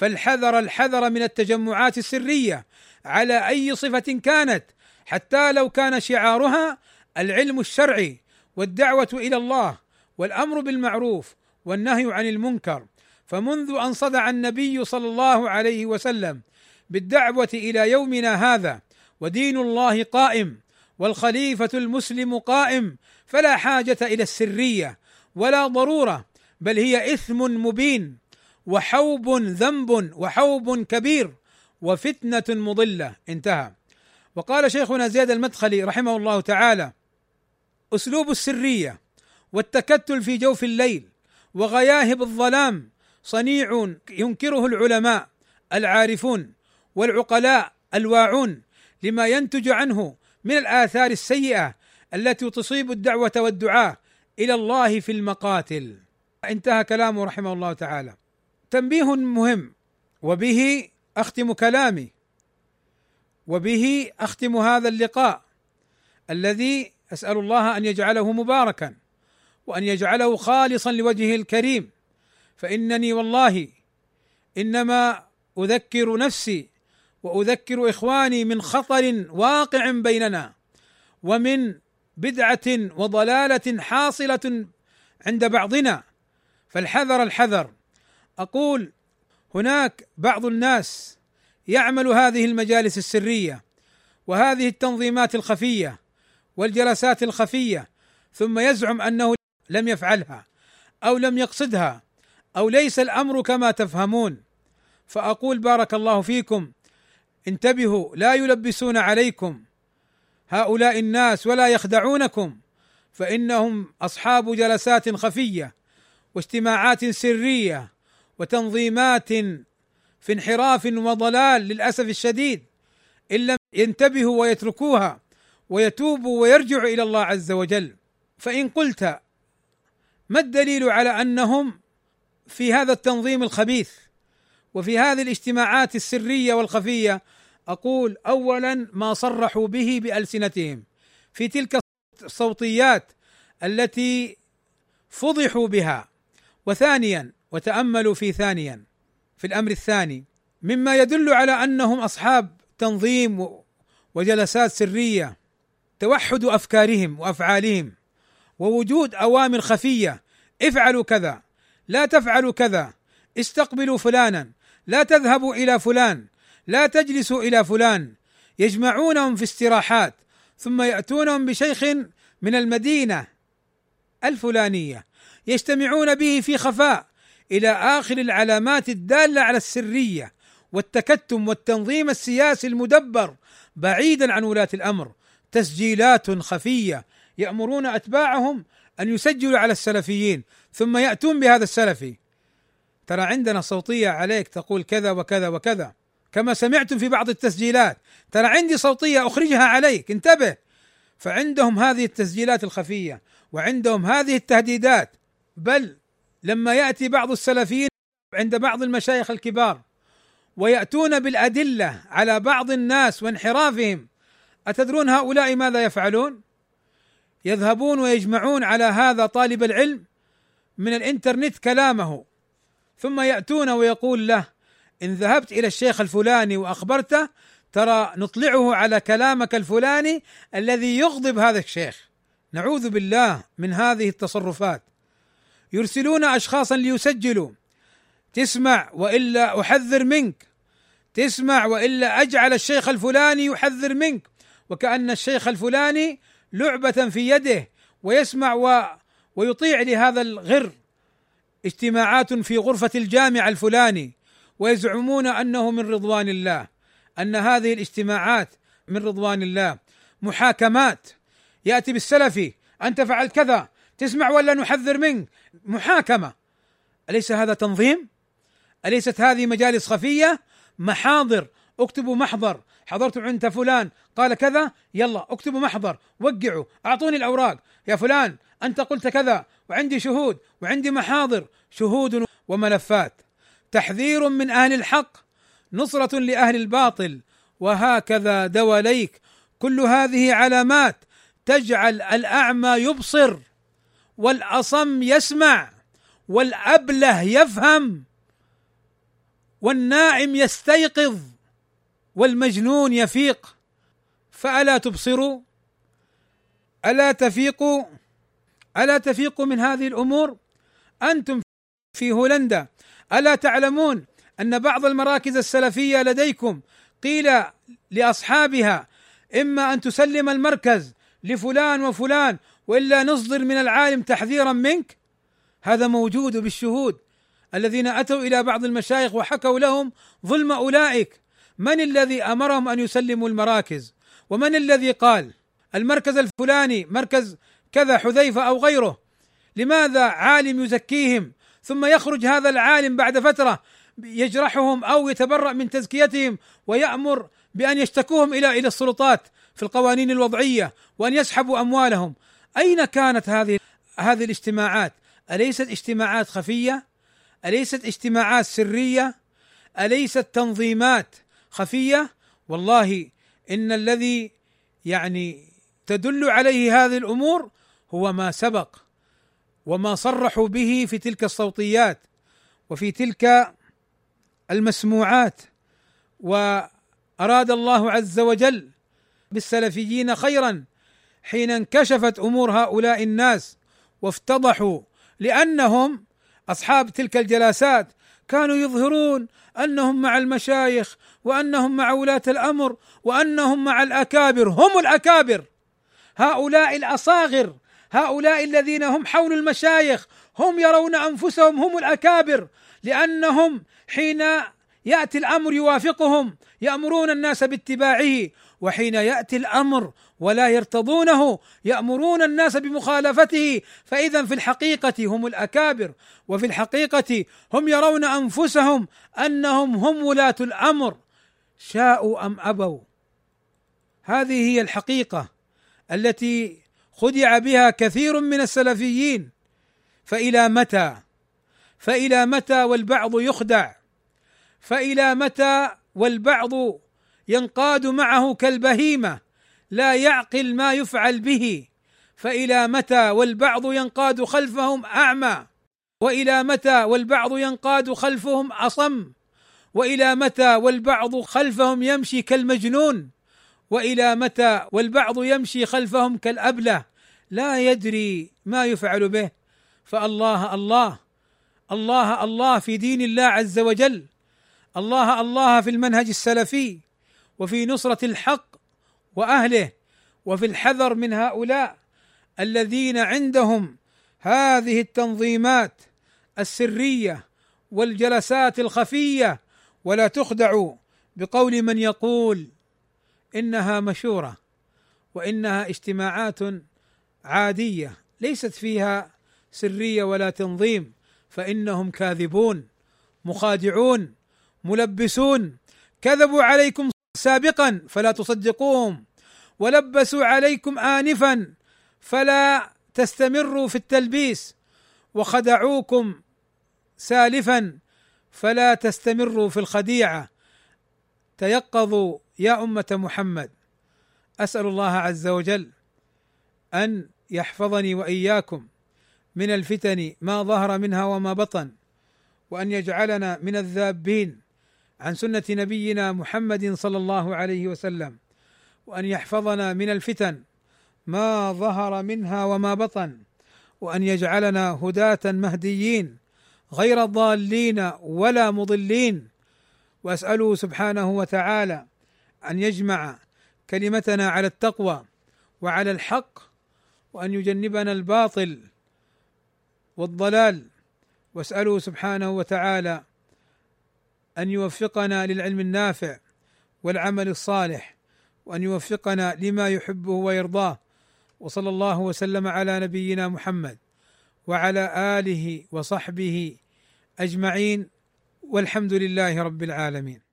فالحذر من التجمعات السرية على أي صفة كانت، حتى لو كان شعارها العلم الشرعي والدعوة إلى الله والأمر بالمعروف والنهي عن المنكر. فمنذ أن صدع النبي صلى الله عليه وسلم بالدعوة إلى يومنا هذا ودين الله قائم والخليفة المسلم قائم، فلا حاجة إلى السرية ولا ضرورة، بل هي إثم مبين وحوب ذنب وحوب كبير وفتنة مضلة. انتهى. وقال شيخنا زيد المدخلي رحمه الله تعالى: أسلوب السرية والتكتل في جوف الليل وغياهب الظلام صنيع ينكره العلماء العارفون، والعقلاء الواعون لما ينتج عنه من الآثار السيئة التي تصيب الدعوة والدعاة إلى الله في المقاتل. انتهى كلامه رحمه الله تعالى. تنبيه مهم، وبه أختم كلامي، وبه أختم هذا اللقاء الذي أسأل الله أن يجعله مباركا وأن يجعله خالصا لوجهه الكريم، فإنني والله إنما أذكر نفسي وأذكر إخواني من خطر واقع بيننا، ومن بدعة وضلالة حاصلة عند بعضنا، فالحذر الحذر. أقول هناك بعض الناس يعمل هذه المجالس السرية وهذه التنظيمات الخفية والجلسات الخفية، ثم يزعم أنه لم يفعلها أو لم يقصدها أو ليس الأمر كما تفهمون. فأقول بارك الله فيكم، انتبهوا، لا يلبسون عليكم هؤلاء الناس ولا يخدعونكم، فإنهم أصحاب جلسات خفية واجتماعات سرية وتنظيمات في انحراف وضلال للأسف الشديد، إن لم ينتبهوا ويتركوها ويتوبوا ويرجعوا إلى الله عز وجل. فإن قلت ما الدليل على أنهم في هذا التنظيم الخبيث وفي هذه الاجتماعات السرية والخفية؟ أقول أولا ما صرحوا به بألسنتهم في تلك الصوتيات التي فضحوا بها، وثانيا وتأملوا ثانيا في الأمر الثاني مما يدل على أنهم أصحاب تنظيم وجلسات سرية، توحد أفكارهم وأفعالهم ووجود أوامر خفية: افعلوا كذا، لا تفعلوا كذا، استقبلوا فلانا، لا تذهبوا إلى فلان، لا تجلسوا إلى فلان. يجمعونهم في استراحات ثم يأتونهم بشيخ من المدينة الفلانية يجتمعون به في خفاء إلى آخر العلامات الدالة على السرية والتكتم والتنظيم السياسي المدبر بعيدا عن ولاة الأمر. تسجيلات خفية يأمرون أتباعهم أن يسجلوا على السلفيين ثم يأتون بهذا السلفي: ترى عندنا صوتية عليك تقول كذا وكذا وكذا، كما سمعتم في بعض التسجيلات، ترى عندي صوتية أخرجها عليك، انتبه. فعندهم هذه التسجيلات الخفية وعندهم هذه التهديدات. بل لما يأتي بعض السلفيين عند بعض المشايخ الكبار ويأتون بالأدلة على بعض الناس وانحرافهم، أتدرون هؤلاء ماذا يفعلون؟ يذهبون ويجمعون على هذا طالب العلم من الإنترنت كلامه، ثم يأتون ويقول له: إن ذهبت إلى الشيخ الفلاني وأخبرته ترى نطلعه على كلامك الفلاني الذي يغضب هذا الشيخ. نعوذ بالله من هذه التصرفات. يرسلون أشخاصا ليسجلوا: تسمع وإلا أحذر منك، تسمع وإلا أجعل الشيخ الفلاني يحذر منك، وكأن الشيخ الفلاني لعبة في يده ويسمع ويطيع لهذا الغر. اجتماعات في غرفة الجامع الفلاني ويزعمون أنه من رضوان الله، أن هذه الاجتماعات من رضوان الله. محاكمات، يأتي بالسلفي: أنت فعل كذا، تسمع ولا نحذر منك، محاكمة. أليس هذا تنظيم؟ أليست هذه مجالس خفية؟ محاضر، اكتبوا محضر: حضرت عند فلان قال كذا، يلا اكتبوا محضر، وقعوا، أعطوني الأوراق، يا فلان أنت قلت كذا، وعندي شهود وعندي محاضر، شهود وملفات. تحذير من أهل الحق، نصرة لأهل الباطل، وهكذا دواليك. كل هذه علامات تجعل الأعمى يبصر والأصم يسمع والأبله يفهم والنائم يستيقظ والمجنون يفيق. فألا تبصروا؟ ألا تفيقوا؟ ألا تفيقوا من هذه الأمور؟ أنتم في هولندا ألا تعلمون أن بعض المراكز السلفية لديكم قيل لأصحابها: إما أن تسلم المركز لفلان وفلان وإلا نصدر من العالم تحذيرا منك؟ هذا موجود بالشهود الذين أتوا إلى بعض المشايخ وحكوا لهم ظلم أولئك. من الذي أمرهم أن يسلموا المراكز؟ ومن الذي قال المركز الفلاني مركز كذا حذيفة أو غيره؟ لماذا عالم يزكيهم ثم يخرج هذا العالم بعد فترة يجرحهم أو يتبرأ من تزكيتهم ويأمر بأن يشتكوهم إلى السلطات في القوانين الوضعية وأن يسحبوا أموالهم. أين كانت هذه الاجتماعات؟ أليست اجتماعات خفية؟ أليست اجتماعات سرية؟ أليست تنظيمات خفية؟ والله إن الذي تدل عليه هذه الأمور هو ما سبق وما صرحوا به في تلك الصوتيات وفي تلك المسموعات. وأراد الله عز وجل بالسلفيين خيرا حين انكشفت أمور هؤلاء الناس وافتضحوا، لأنهم أصحاب تلك الجلسات كانوا يظهرون أنهم مع المشايخ وأنهم مع ولاة الأمر وأنهم مع الأكابر. هم الأكابر، هؤلاء الأصاغر، هؤلاء الذين هم حول المشايخ هم يرون أنفسهم هم الأكابر، لأنهم حين يأتي الأمر يوافقهم يأمرون الناس باتباعه، وحين يأتي الأمر ولا يرتضونه يأمرون الناس بمخالفته. فإذا في الحقيقة هم الأكابر، وفي الحقيقة هم يرون أنفسهم أنهم هم ولاة الأمر شاءوا أم أبوا. هذه هي الحقيقة التي خدع بها كثير من السلفيين. فإلى متى؟ فإلى متى والبعض يخدع؟ فإلى متى والبعض ينقاد معه كالبهيمة لا يعقل ما يفعل به؟ فإلى متى والبعض ينقاد خلفهم أعمى؟ وإلى متى والبعض ينقاد خلفهم أصم؟ وإلى متى والبعض خلفهم يمشي كالمجنون؟ وإلى متى والبعض يمشي خلفهم كالأبله لا يدري ما يفعل به؟ فالله الله الله الله في دين الله عز وجل، الله الله في المنهج السلفي وفي نصرة الحق وأهله، وفي الحذر من هؤلاء الذين عندهم هذه التنظيمات السرية والجلسات الخفية. ولا تخدعوا بقول من يقول إنها مشورة وإنها اجتماعات عادية ليست فيها سرية ولا تنظيم، فإنهم كاذبون مخادعون ملبسون، كذبوا عليكم سابقا فلا تصدقوهم، ولبسوا عليكم آنفا فلا تستمروا في التلبيس، وخدعوكم سالفا فلا تستمروا في الخديعة. تيقظوا يا أمة محمد. أسأل الله عز وجل أن يحفظني وإياكم من الفتن ما ظهر منها وما بطن، وأن يجعلنا من الذابين عن سنة نبينا محمد صلى الله عليه وسلم، وأن يحفظنا من الفتن ما ظهر منها وما بطن، وأن يجعلنا هداة مهديين غير ضالين ولا مضلين. وأسأله سبحانه وتعالى أن يجمع كلمتنا على التقوى وعلى الحق، وأن يجنبنا الباطل والضلال. واسأله سبحانه وتعالى أن يوفقنا للعلم النافع والعمل الصالح، وأن يوفقنا لما يحبه ويرضاه. وصلى الله وسلم على نبينا محمد وعلى آله وصحبه أجمعين، والحمد لله رب العالمين.